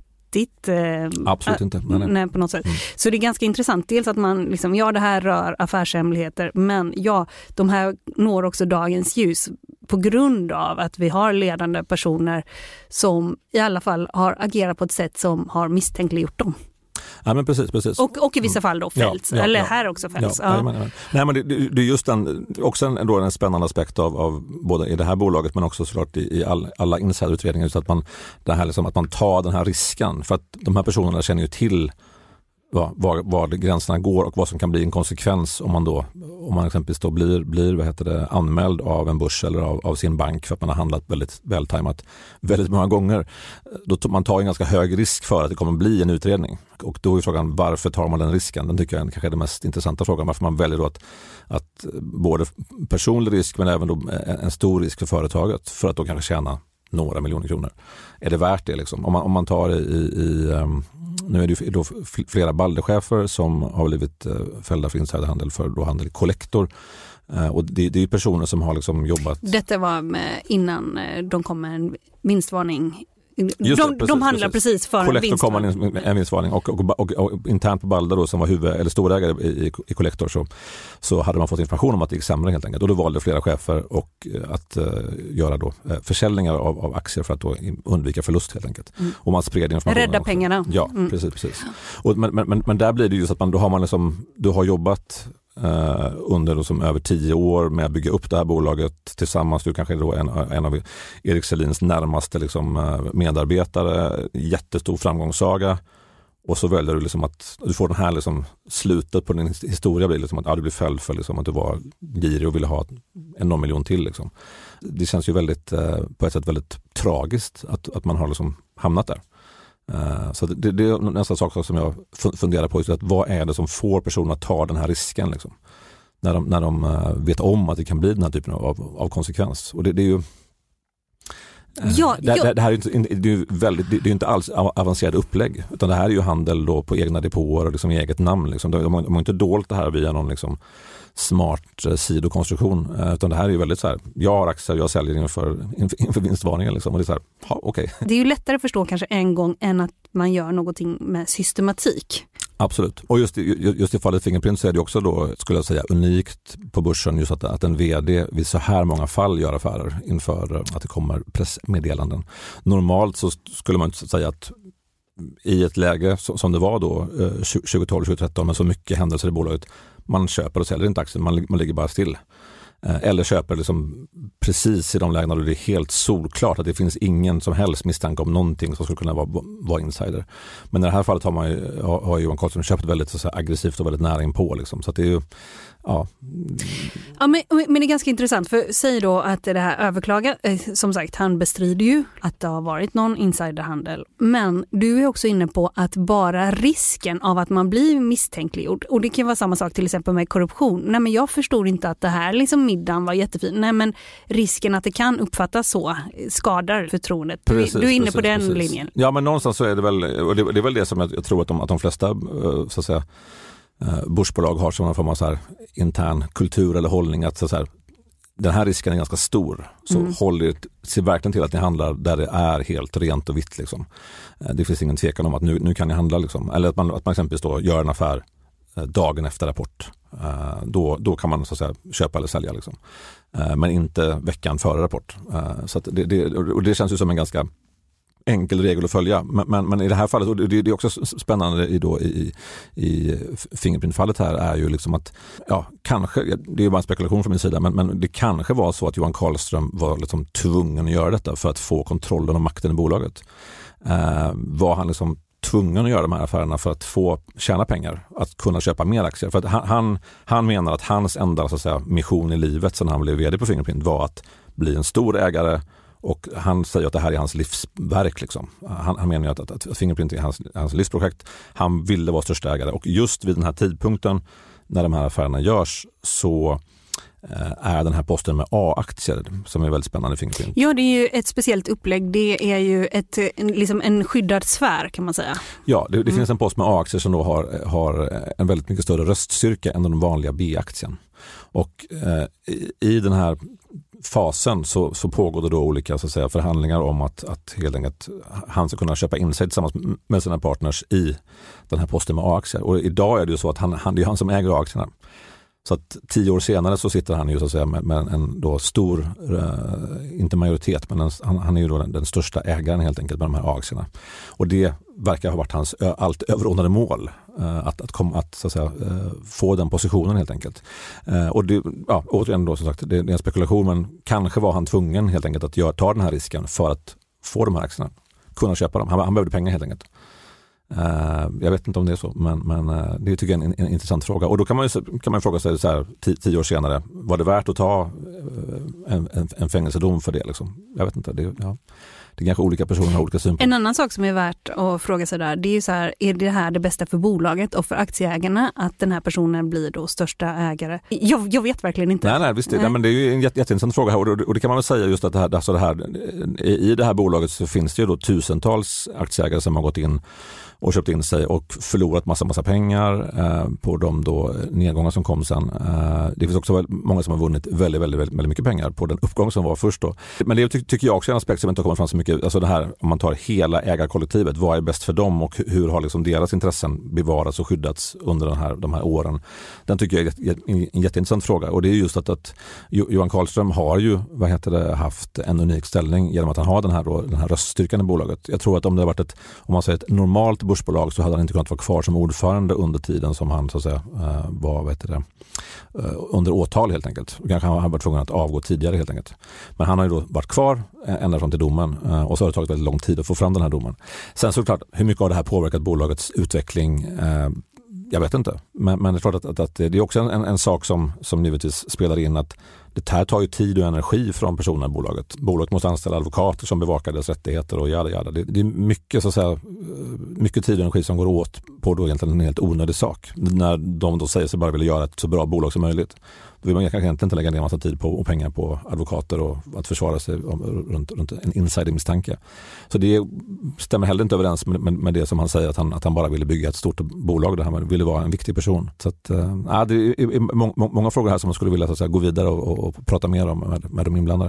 Absolut inte. Nej, nej. Nej, på något sätt. Mm. Så det är ganska intressant. Dels att man liksom, ja, det här rör affärshemligheter, men ja, de här når också dagens ljus på grund av att vi har ledande personer som i alla fall har agerat på ett sätt som har misstänkliggjort dem. Ja, men precis, precis. Och, och i vissa fall då fälls, ja, ja, eller ja. här också fälls. Ja, ja. Nej, men, nej, men det, det är just en, också en, då en spännande aspekt av, av både i det här bolaget men också såklart i, i all, alla insiderutredningar, så att man, det här liksom, att man tar den här risken, för att de här personerna känner ju till var, var, var gränserna går och vad som kan bli en konsekvens om man då, om man exempelvis då blir, blir vad heter det, anmäld av en börs eller av, av sin bank för att man har handlat väldigt vältajmat väldigt många gånger. Då man tar en ganska hög risk för att det kommer bli en utredning. Och då är frågan, varför tar man den risken? Den tycker jag är kanske är den mest intressanta frågan. Varför man väljer då att, att både personlig risk men även då en stor risk för företaget för att då kanske tjäna några miljoner kronor. Är det värt det liksom? Om man, om man tar i, i um, nu är det ju då flera Balder-chefer som har blivit uh, fällda för insiderhandel för då handel i kollektor. Uh, och det, det är ju personer som har liksom jobbat... Detta var med, innan de kom med en vinstvarning. Just de, det, precis, de handlar precis, precis för Collector en vinstvarning. kom en, en vinstvarning och, och, och, och, och internt på Balder då, som var huvud, eller storägare i, i, i Collector, så, så hade man fått information om att det gick sämre helt enkelt. Och då valde flera chefer och, att uh, göra då, uh, försäljningar av, av aktier för att då undvika förlust helt enkelt. Mm. Och man spred informationen. Rädda också. pengarna. Ja, mm. precis. precis. Och, men, men, men där blir det just att man, då har man liksom, du har jobbat Uh, under då, som över tio år med att bygga upp det här bolaget tillsammans. Du kanske är då en, en av Erik Selins närmaste liksom, uh, medarbetare. Jättestor framgångssaga. Och så väljer du liksom att du får den här liksom, slutet på din historia blir liksom att ja, du blir fälld för liksom, att du var girig och ville ha en någon miljon till. Liksom. Det känns ju väldigt, uh, på ett sätt väldigt tragiskt att, att man har liksom, hamnat där. Uh, så det, det är nästan sak som jag funderar på, just att vad är det som får personer att ta den här risken liksom, när de, när de uh, vet om att det kan bli den här typen av, av konsekvens. Och det, det är ju Ja, det, ja. det, det här är ju inte, det är ju väldigt, det, det är inte alls avancerade upplägg, utan det här är ju handel då på egna depåer och liksom i eget namn. Liksom. De, de, har, de har inte dolt det här via någon liksom smart eh, sidokonstruktion, eh, utan det här är ju väldigt så här, jag har aktier, jag säljer inför, inför, inför vinstvarningen liksom, och det är så här, ja, okej. Det är ju lättare att förstå kanske en gång än att man gör någonting med systematik. Absolut. Och just, just i fallet Fingerprint så är det också då, skulle jag säga, unikt på börsen just att, att en vd vid så här många fall gör affärer inför att det kommer pressmeddelanden. Normalt så skulle man inte säga att i ett läge som det var då tjugo tolv tjugo tretton med så mycket händelser i bolaget, man köper och säljer inte aktier, man, man ligger bara still. Eller köper liksom precis i de lägena då det är helt solklart att det finns ingen som helst misstanke om någonting som skulle kunna vara, vara insider. Men i det här fallet har, man ju, har, har Johan Karlsson köpt väldigt så här, aggressivt och väldigt nära in på. Liksom. Så att det är ju, ja. Ja, men, men det är ganska intressant, för säg då att det här överklagar, eh, som sagt, han bestrider ju att det har varit någon insiderhandel. Men du är också inne på att bara risken av att man blir misstänkliggjord, och det kan vara samma sak till exempel med korruption. Nej, men jag förstår inte att det här liksom middagen var jättefin. Nej, men risken att det kan uppfattas så skadar förtroendet. Precis, du är inne precis, på den precis. linjen. Ja, men någonstans så är det väl, och det, det är väl det som jag, jag tror att de, att de flesta så att säga, börsbolag har som någon form av så här intern kultur eller hållning, att så här, den här risken är ganska stor, så mm. håller sig verkligen till att ni handlar där det är helt rent och vitt liksom. Det finns ingen tvekan om att nu, nu kan ni handla liksom. Eller att man, att man exempelvis då gör en affär dagen efter rapport Eh, då, då kan man så att säga köpa eller sälja liksom. Eh, men inte veckan före rapport. Eh, så att det, det, och det känns ju som en ganska enkel regel att följa. Men, men, men i det här fallet, och det, det är också spännande i, då, i, i Fingerprint-fallet här, är ju liksom att, ja, kanske, det är ju bara en spekulation från min sida, men, men det kanske var så att Johan Karlström var liksom tvungen att göra detta för att få kontrollen och makten i bolaget. Eh, var han liksom tvungen att göra de här affärerna för att få tjäna pengar, att kunna köpa mer aktier? För att han, han, han menar att hans enda så att säga, mission i livet sedan han blev vd på Fingerprint var att bli en stor ägare. Och han säger att det här är hans livsverk. Liksom. Han, han menar ju att, att, att Fingerprint är hans, hans livsprojekt. Han ville vara största ägare. Och just vid den här tidpunkten när de här affärerna görs så eh, är den här posten med A-aktier som är väldigt spännande i Fingerprint. Ja, det är ju ett speciellt upplägg. Det är ju ett, en, liksom en skyddad sfär kan man säga. Ja, det, det mm. finns en post med A-aktier som då har, har en väldigt mycket större röststyrka än den vanliga B-aktien. Och eh, i, i den här fasen så, så pågår det då olika så att säga, förhandlingar om att, att helt enkelt han ska kunna köpa in sig tillsammans med sina partners i den här posten med A-aktier. Och idag är det ju så att han, han, det är han som äger A-aktierna. Så att tio år senare så sitter han ju så att säga med, med en då stor, eh, inte majoritet, men en, han, han är ju då den, den största ägaren helt enkelt med de här A-aktierna. Och det verkar ha varit hans ö, allt överordnade mål, eh, att, att, kom, att, så att säga, eh, få den positionen helt enkelt. Eh, och det, ja, återigen då som sagt, det, det är en spekulation, men kanske var han tvungen helt enkelt att gör, ta den här risken för att få de här aktierna, kunna köpa dem. Han, han behövde pengar helt enkelt. Uh, jag vet inte om det är så, men, men uh, det tycker jag är en, en intressant fråga. Och då kan man ju kan man fråga sig så här, tio, tio år senare, var det värt att ta uh, en, en, en fängelsedom för det? Liksom? Jag vet inte, det, ja. det är kanske olika personer har olika synpunkter. En annan sak som är värt att fråga sig där, det är ju så här, är det här det bästa för bolaget och för aktieägarna att den här personen blir då största ägare? Jag, jag vet verkligen inte. Nej, nej, visst, nej. Nej, men det är ju en jätte, jätteintressant fråga här, och det, och det kan man väl säga just att det här, alltså det här, i det här bolaget så finns det ju då tusentals aktieägare som har gått in och köpt in sig och förlorat massa massa pengar eh, på de då nedgångar som kom sen. Eh, det finns också väldigt, många som har vunnit väldigt, väldigt, väldigt, väldigt mycket pengar på den uppgång som var först då. Men det ty- tycker jag också är en aspekt som inte har kommit fram så mycket. Alltså det här, om man tar hela ägarkollektivet, vad är bäst för dem och hur har liksom deras intressen bevarats och skyddats under den här, de här åren? Den tycker jag är en, en jätteintressant fråga, och det är just att, att Johan Karlström har ju vad heter det, haft en unik ställning genom att han har den här, då, den här röststyrkan i bolaget. Jag tror att om det har varit ett, om man säger ett normalt börsbolag, så hade han inte kunnat vara kvar som ordförande under tiden som han så att säga var vet det, under åtal helt enkelt. Kanske han har varit tvungen att avgå tidigare helt enkelt. Men han har ju då varit kvar ända fram till domen, och så har det tagit väldigt lång tid att få fram den här domen. Sen såklart, hur mycket har det här påverkat bolagets utveckling? Jag vet inte. Men, men det är klart att, att, att det är också en, en sak som, som givetvis spelar in, att det här tar ju tid och energi från personerna i bolaget. Bolaget måste anställa advokater som bevakar deras rättigheter och jada, jada. Det, det är mycket, så att säga, mycket tid och energi som går åt på då egentligen en helt onödig sak. När de då säger sig bara vilja göra ett så bra bolag som möjligt, då vill man kanske inte lägga ner en massa tid på och pengar på advokater och att försvara sig runt, runt en insidermisstanke. Så det stämmer heller inte överens med, med, med det som han säger, att han, att han bara ville bygga ett stort bolag där han ville vara en viktig person. Så att, äh, det är må, må, många frågor här som man skulle vilja så att säga, gå vidare och, och och prata mer om med, med de inblandade.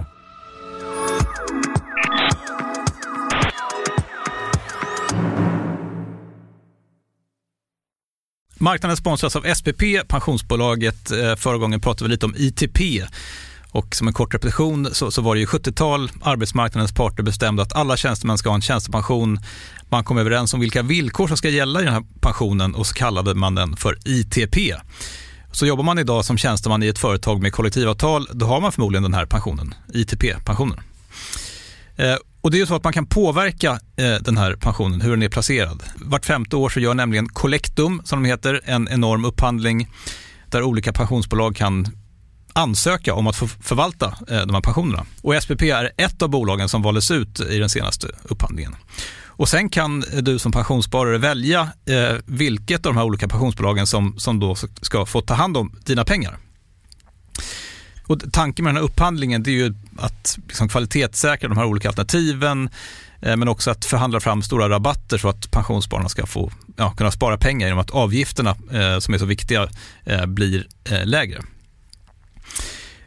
Marknaden sponsras av S P P, pensionsbolaget. Förra gången pratade vi lite om I T P. Och som en kort repetition så, så var det ju sjuttiotal arbetsmarknadens parter bestämde att alla tjänstemän ska ha en tjänstepension. Man kom överens om vilka villkor som ska gälla i den här pensionen, och så kallade man den för I T P. Så jobbar man idag som tjänsteman i ett företag med kollektivavtal, då har man förmodligen den här pensionen, I T P-pensionen. Eh, och det är ju så att man kan påverka eh, den här pensionen, hur den är placerad. Vart femte år så gör nämligen Collectum, som de heter, en enorm upphandling där olika pensionsbolag kan ansöka om att få förvalta eh, de här pensionerna. Och S P P är ett av bolagen som valdes ut i den senaste upphandlingen. Och sen kan du som pensionssparare välja eh, vilket av de här olika pensionsbolagen som, som då ska få ta hand om dina pengar. Och tanken med den här upphandlingen, det är ju att liksom kvalitetssäkra de här olika alternativen, eh, men också att förhandla fram stora rabatter så att pensionsspararna ska få ja, kunna spara pengar genom att avgifterna eh, som är så viktiga eh, blir eh, lägre.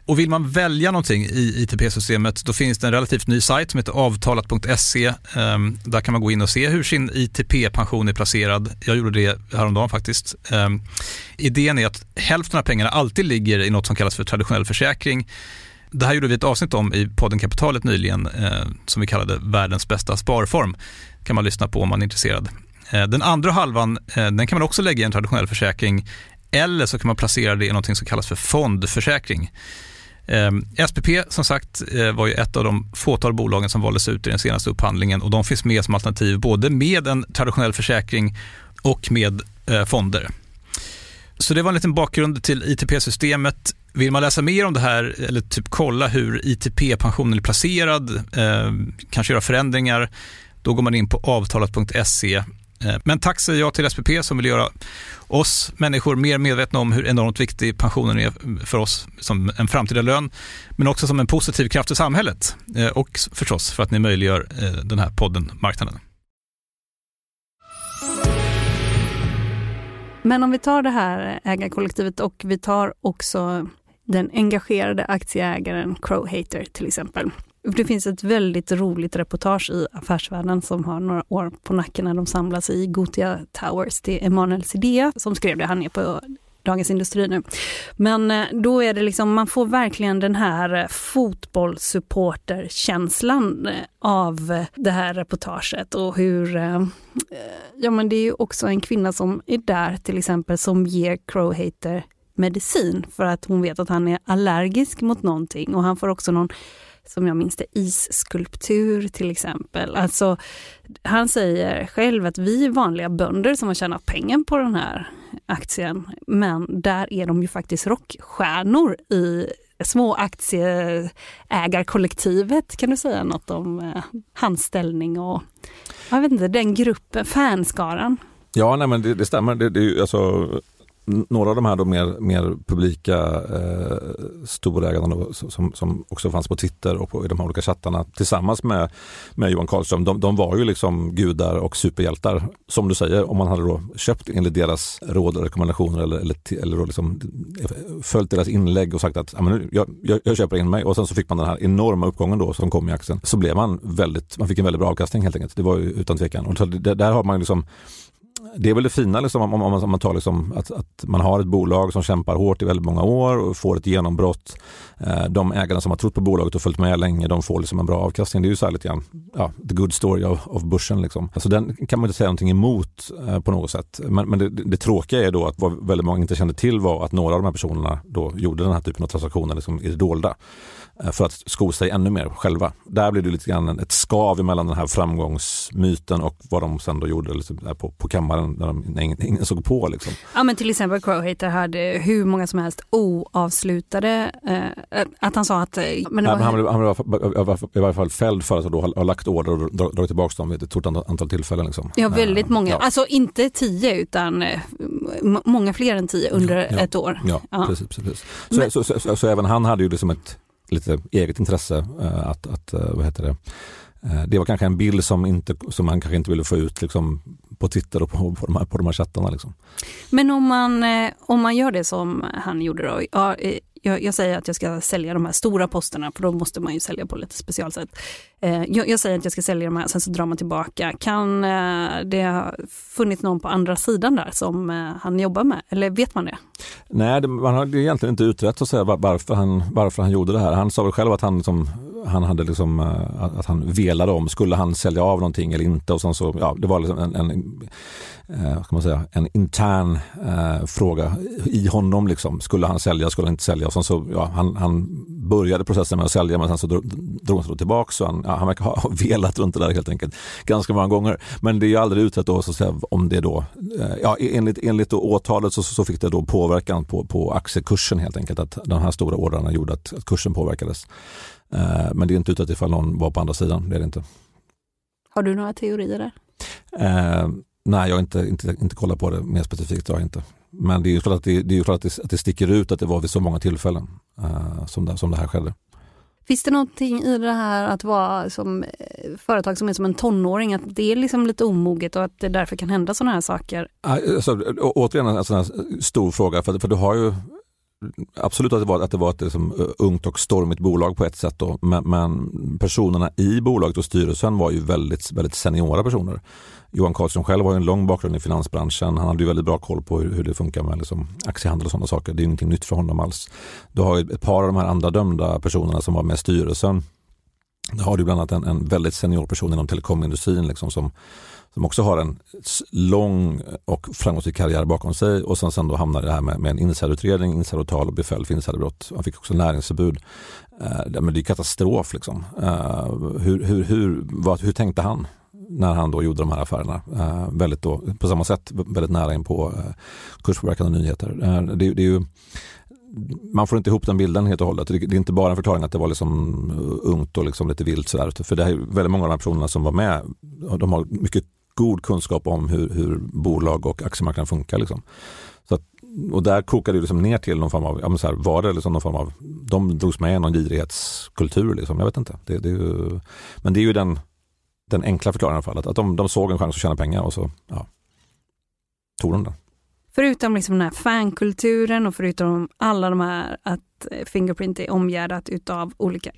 Och vill man välja någonting i I T P-systemet, då finns det en relativt ny sajt som heter avtalat punkt se. Um, där kan man gå in och se hur sin I T P-pension är placerad. Jag gjorde det häromdagen faktiskt. Um, idén är att hälften av pengarna alltid ligger i något som kallas för traditionell försäkring. Det här gjorde vi ett avsnitt om i podden Kapitalet nyligen, eh, som vi kallade världens bästa sparform. Kan man lyssna på om man är intresserad. Eh, den andra halvan, eh, den kan man också lägga i en traditionell försäkring, eller så kan man placera det i något som kallas för fondförsäkring. Eh, S P P som sagt eh, var ju ett av de fåtal bolagen som valdes ut i den senaste upphandlingen, och de finns med som alternativ både med en traditionell försäkring och med eh, fonder. Så det var en liten bakgrund till I T P-systemet. Vill man läsa mer om det här eller typ kolla hur I T P-pensionen är placerad, eh, kanske göra förändringar, då går man in på avtalat punkt se. Eh, men tack säger jag till S P P som vill göra oss människor mer medvetna om hur enormt viktig pensionen är för oss som en framtida lön, men också som en positiv kraft i samhället. Eh, och förstås för att ni möjliggör eh, den här podden Marknaden. Men om vi tar det här ägarkollektivet och vi tar också den engagerade aktieägaren Crowhater till exempel. Det finns ett väldigt roligt reportage i Affärsvärlden som har några år på nacken när de samlas i Gothia Towers. Det är Emanuel Sidea som skrev det, han är på Dagens Industri nu. Men då är det liksom, man får verkligen den här fotbollssupporterkänslan av det här reportaget, och hur, ja men det är ju också en kvinna som är där till exempel som ger Crowhater medicin för att hon vet att han är allergisk mot någonting, och han får också någon, som jag minns det, isskulptur till exempel. Alltså han säger själv att vi är vanliga bönder som har tjänat pengar på den här aktien, men där är de ju faktiskt rockstjärnor i små aktieägarkollektivet. Kan du säga något om eh, hans ställning och jag vet inte, den gruppen, fanskaran? Ja, nej, men det, det stämmer. Det, det är ju alltså några av de här då mer, mer publika eh, storägarna då, som, som också fanns på Twitter och på, i de här olika chattarna tillsammans med, med Johan Karlström, de, de var ju liksom gudar och superhjältar, som du säger, om man hade då köpt enligt deras råd och rekommendationer eller, eller, eller då liksom följt deras inlägg och sagt att ja, men nu, jag, jag, jag köper in mig, och sen så fick man den här enorma uppgången då som kom i aktien, så blev man väldigt, man fick en väldigt bra avkastning helt enkelt, det var ju utan tvekan, och så det, där har man ju liksom, det är väl det fina liksom, om, om, man, om man tar liksom, att, att man har ett bolag som kämpar hårt i väldigt många år och får ett genombrott. Eh, de ägarna som har trott på bolaget och följt med länge, de får liksom en bra avkastning. Det är ju så här lite grann, ja, the good story of, of börsen. Liksom. Alltså den kan man inte säga någonting emot eh, på något sätt. Men, men det, det tråkiga är då att vad väldigt många inte kände till var att några av de här personerna då gjorde den här typen av transaktioner liksom i det dolda, eh, för att sko sig ännu mer själva. Där blir det lite grann ett skav mellan den här framgångsmyten och vad de sen då gjorde liksom, på, på kammaren när, de, när ingen, ingen såg på. Liksom. Ja, men till exempel Crowhater hade hur många som helst oavslutade, eh, att han sa att... Men var... var... Han, han var i varje fall fälld för att då ha, ha lagt order och dragit tillbaka dem vid ett stort antal, antal tillfällen. Liksom. Ja, väldigt många. Ja. Alltså inte tio utan eh, m- många fler än tio under ja, ja. ett år. Ja, ja. precis. precis. Så, men... så, så, så, så även han hade ju liksom ett lite eget intresse äh, att, att äh, vad heter det? Äh, det var kanske en bild som, inte, som man kanske inte ville få ut liksom, på Twitter och på, på, de, här, på de här chattarna. Liksom. Men om man, om man gör det som han gjorde då, ja, jag, jag säger att jag ska sälja de här stora posterna, för då måste man ju sälja på lite specialsätt. Jag, jag säger att jag ska sälja de här, sen så drar man tillbaka. Kan det ha funnits någon på andra sidan där som han jobbar med? Eller vet man det? Nej, det, man har egentligen inte utrett att säga varför han, varför han gjorde det här. Han sa väl själv att han, liksom, han hade liksom, att han velade om, skulle han sälja av någonting eller inte? Och sen så, ja, det var liksom en, en, eh, ska man säga, en intern eh, fråga i honom. Liksom. Skulle han sälja, skulle han inte sälja? Och sen så, ja, han, han började processen med att sälja, men sen så drog, drog han tillbaka. Så han, ja, han verkar ha velat runt det där helt enkelt ganska många gånger. Men det är ju aldrig utrett då, så att säga, om det då, eh, ja, enligt, enligt då åtalet så, så fick det då påverkan på, på aktiekursen helt enkelt. Att de här stora ordrarna gjorde att, att kursen påverkades. Eh, men det är inte utrett ifall någon var på andra sidan, det är det inte. Har du några teorier där? Eh, nej, jag har inte, inte, inte kollat på det mer specifikt. Jag inte. Men det är ju klart att det, det, är ju klart att det, att det sticker ut att det var vid så många tillfällen eh, som, det, som det här skedde. Finns det någonting i det här att vara som företag som är som en tonåring, att det är liksom lite omoget och att det därför kan hända sådana här saker? Alltså, återigen en sån här stor fråga, för, för du har ju absolut att det var, att det var ett liksom, ungt och stormigt bolag på ett sätt då, men, men personerna i bolaget och styrelsen var ju väldigt, väldigt seniora personer. Johan Karlsson själv har ju en lång bakgrund i finansbranschen. Han hade ju väldigt bra koll på hur, hur det funkar med liksom, aktiehandel och sådana saker. Det är ju ingenting nytt för honom alls. Du har ju ett par av de här andra dömda personerna som var med i styrelsen. Då har du bland annat en, en väldigt senior person inom telekomindustrin liksom, som, som också har en lång och framgångsrik karriär bakom sig och sen, sen då hamnar det här med, med en insiderutredning, insidertal och befäll för insiderbrott. Han fick också näringsförbud. Eh, men det är katastrof liksom. Eh, hur, hur, hur, vad, hur tänkte han när han då gjorde de här affärerna? Eh, väldigt då, på samma sätt väldigt nära in på eh, kurspåverkande nyheter. Eh, det, det är ju man får inte ihop den bilden helt och hållet. Det är inte bara en förklaring att det var liksom ungt och liksom lite vilt sådär. För det är väldigt många av de här personerna som var med, de har mycket god kunskap om hur, hur bolag och aktiemarknaden funkar liksom. Så att, och där kokade det liksom ner till någon form av, ja men så här, var det liksom någon form av, de drogs med i någon girighetskultur liksom, jag vet inte. Det, det är ju, men det är ju den, den enkla förklaringen i alla fall, att, att de, de såg en chans att tjäna pengar och så ja, tog de den. Förutom liksom den här fankulturen och förutom alla de här att Fingerprint är omgärdat utav olika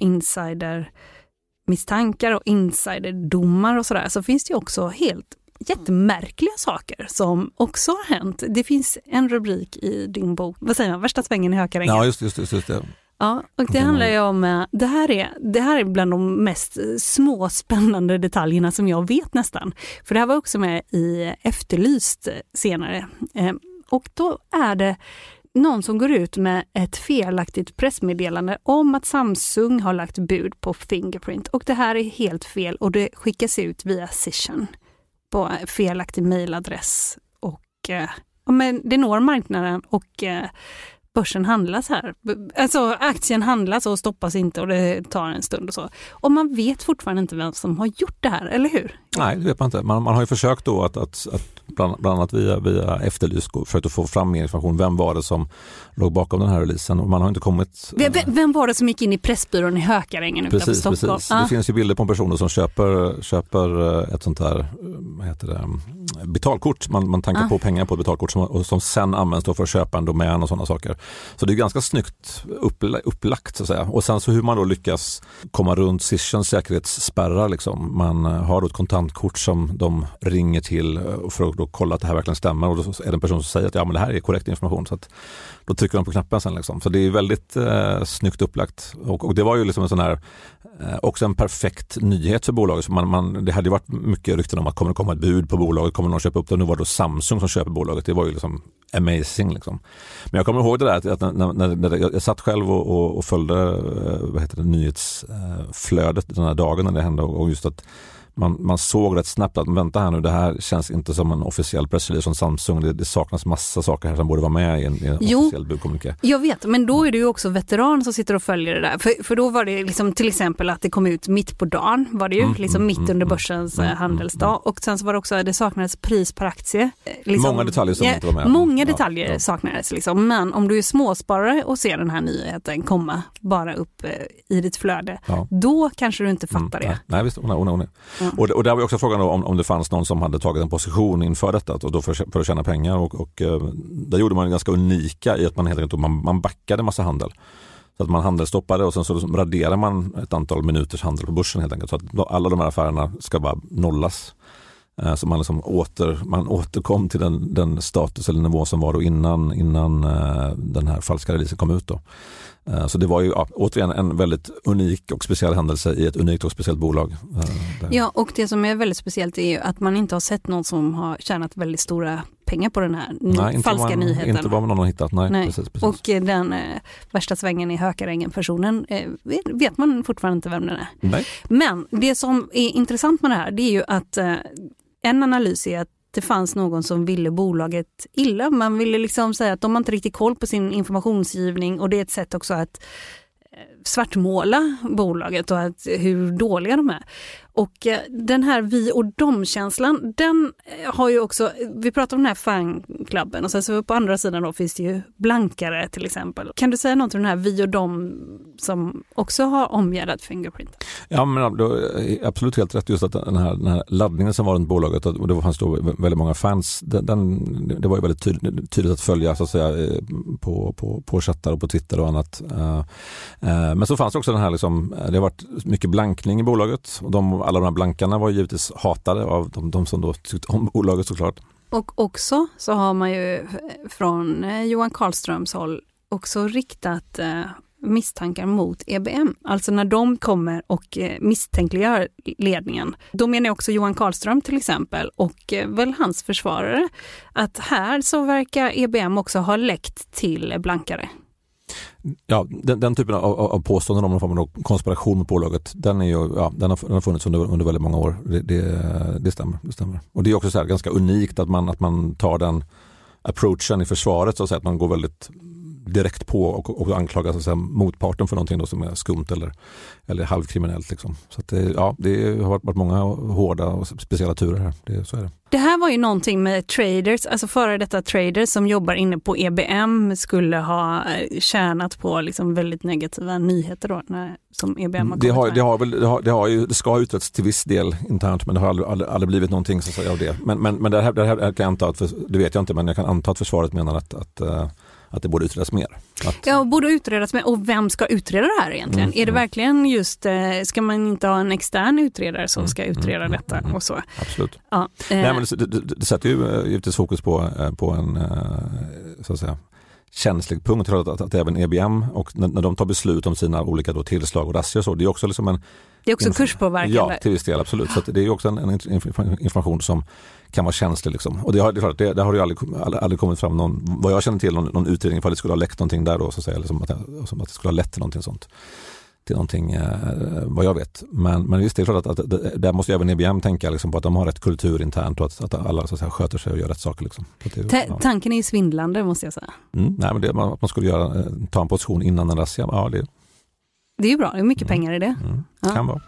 insidermisstankar och insiderdomar och sådär, så finns det ju också helt jättemärkliga saker som också har hänt. Det finns en rubrik i din bok, vad säger man, värsta svängen i hökarängen. Ja, just, just, just, just det. Ja, och det handlar ju om, det här är, det här är bland de mest små spännande detaljerna som jag vet nästan. För det här var också med i Efterlyst senare. Och då är det någon som går ut med ett felaktigt pressmeddelande om att Samsung har lagt bud på Fingerprint. Och det här är helt fel och det skickas ut via Cision på felaktig mejladress. Och ja, men det når marknaden och börsen handlas här. Alltså aktien handlas och stoppas inte och det tar en stund och så. Och man vet fortfarande inte vem som har gjort det här, eller hur? Nej, det vet man inte. Man, man har ju försökt då att, att, att bland, bland annat via, via Efterlyst försökt att få fram mer information. Vem var det som låg bakom den här releasen? Och man har inte kommit... Vem, vem var det som gick in i Pressbyrån i Hökarängen utanför Stockholm? Precis. Ah. Det finns ju bilder på en person som köper, köper ett sånt här, vad heter det, betalkort. Man, man tankar ah. på pengar på ett betalkort som, och som sen används då för att köpa en domän och sådana saker. Så det är ganska snyggt upplagt så att säga. Och sen så hur man då lyckas komma runt Cisions säkerhetsspärrar liksom. Man har då ett kontantkort som de ringer till för att då kolla att det här verkligen stämmer och då är det en person som säger att ja men det här är korrekt information, så att då trycker de på knappen sen liksom. Så det är väldigt eh, snyggt upplagt och, och det var ju liksom en sån här eh, också en perfekt nyhet för bolaget. Man, man, det hade ju varit mycket rykten om att kommer det komma ett bud på bolaget, kommer någon köpa upp det, nu var det då Samsung som köper bolaget. Det var ju liksom amazing liksom. Men jag kommer ihåg det där att, att när, när, när jag satt själv och, och, och följde vad heter det, nyhetsflödet den här dagen när det hände och just att Man, man såg rätt snabbt att vänta här nu, det här känns inte som en officiell pressrelease från Samsung. Det, det saknas massa saker här som borde vara med i en, i en officiell budkommuniké. Jag vet, men då är det ju också veteran som sitter och följer det där. För, för då var det liksom till exempel att det kom ut mitt på dagen, var det ju mm, liksom mm, mitt under börsens mm, handelsdag. Mm, och sen så var det också, det saknades pris per aktie. Liksom, många detaljer som ja, inte var med. Många detaljer ja, ja. saknades liksom. Men om du är småsparare och ser den här nyheten komma bara upp eh, i ditt flöde, ja. då kanske du inte fattar mm, det. Nej, nej visst, oh, oh, oh, oh. Mm. Och, och där var ju också frågan då om, om det fanns någon som hade tagit en position inför detta och då för, för att tjäna pengar och, och där gjorde man ganska unika i att man helt enkelt man, man backade massa handel. Så att man handelstoppade och sen så raderade man ett antal minuters handel på börsen helt enkelt. Så att alla de här affärerna ska bara nollas. Så man, liksom åter, man återkom till den, den status eller nivå som var då innan, innan uh, den här falska releasen kom ut då. Uh, så det var ju ja, återigen en väldigt unik och speciell händelse i ett unikt och speciellt bolag. Uh, ja, och det som är väldigt speciellt är ju att man inte har sett någon som har tjänat väldigt stora pengar på den här nej, falska man, nyheten. Inte vad någon har hittat, nej. nej. Precis, precis. Och den eh, värsta svängen i Hökarängen-personen eh, vet man fortfarande inte vem den är. Nej. Men det som är intressant med det här, det är ju att eh, en analys är att det fanns någon som ville bolaget illa. Man ville liksom säga att de har inte riktigt koll på sin informationsgivning och det är ett sätt också att svartmåla bolaget och att, hur dåliga de är. Och den här vi och dom-känslan, den har ju också, vi pratar om den här fanklubben och sen så på andra sidan då finns det ju blankare till exempel. Kan du säga något om den här vi och dom som också har omgärdat Fingerprint? Ja, men då är absolut helt rätt just att den här, den här laddningen som var runt bolaget, och det fanns då väldigt många fans, den, den, det var ju väldigt tydligt, tydligt att följa så att säga på, på, på chattar och på Twitter och annat. Men så fanns det också den här liksom, det har varit mycket blankning i bolaget och de, alla de här blankarna var ju givetvis hatade av de, de som då tyckte om bolaget såklart. Och också så har man ju från Johan Karlströms håll också riktat eh, misstankar mot E B M. Alltså när de kommer och eh, misstänkliggör ledningen. Då menar också Johan Karlström till exempel och eh, väl hans försvarare att här så verkar E B M också ha läckt till blankare. Ja, den, den typen av, av påståenden om någon form av konspiration mot bolaget, den, är ju, ja, den, har, den har funnits under, under väldigt många år. Det, det, det, stämmer, det stämmer. Och det är också så här ganska unikt att man, att man tar den approachen i försvaret, så att, säga, att man går väldigt direkt på och, och anklagar så att säga, motparten för någonting då som är skumt eller, eller halvkriminellt. Liksom. Så att det, ja, det har varit många hårda och speciella turer här. Det, så är det. Det här var ju någonting med traders, alltså före detta traders som jobbar inne på E B M skulle ha tjänat på liksom väldigt negativa nyheter då när, som E B M har kommit det har, med. det har väl, det, har, det, har ju, det ska ha utretts till viss del internt, men det har aldrig, aldrig, aldrig blivit någonting så att säga av det. Men, men, men det, här, det här kan jag anta att, för, det vet jag inte, men jag kan anta att försvaret menar att, att att det borde utredas mer. Att... Ja, borde utredas mer. Och vem ska utreda det här egentligen? Mm, är det mm. verkligen just, ska man inte ha en extern utredare som ska utreda mm, detta mm, och så? Absolut. Ja, eh... Nej, men det, det, det sätter ju givetvis fokus på, på en så att säga, känslig punkt att, att, att även E B M och när, när de tar beslut om sina olika då, tillslag och razzior så, det är också liksom en... Det är också en, kurspåverkande. Ja, till viss del, absolut. Så att det är också en, en information som kan vara känslig. Liksom. Och det har, det, det, det har ju aldrig, aldrig kommit fram någon, vad jag känner till, någon, någon utredning för att det skulle ha läckt någonting där då, så att säga, liksom att, det, som att det skulle ha lett till någonting sånt. Till någonting, eh, vad jag vet. Men, men visst, det är klart att, att, att där måste även E B M tänka liksom, på att de har rätt kultur internt och att, att alla så att säga, sköter sig och gör rätt saker. Liksom. Det, Ta- ja. Tanken är ju svindlande, måste jag säga. Mm, nej, men det, att man skulle göra, ta en position innan en razzia, ja det... Det är ju bra, det är mycket mm. pengar i det. Mm. Ja. Kan vara.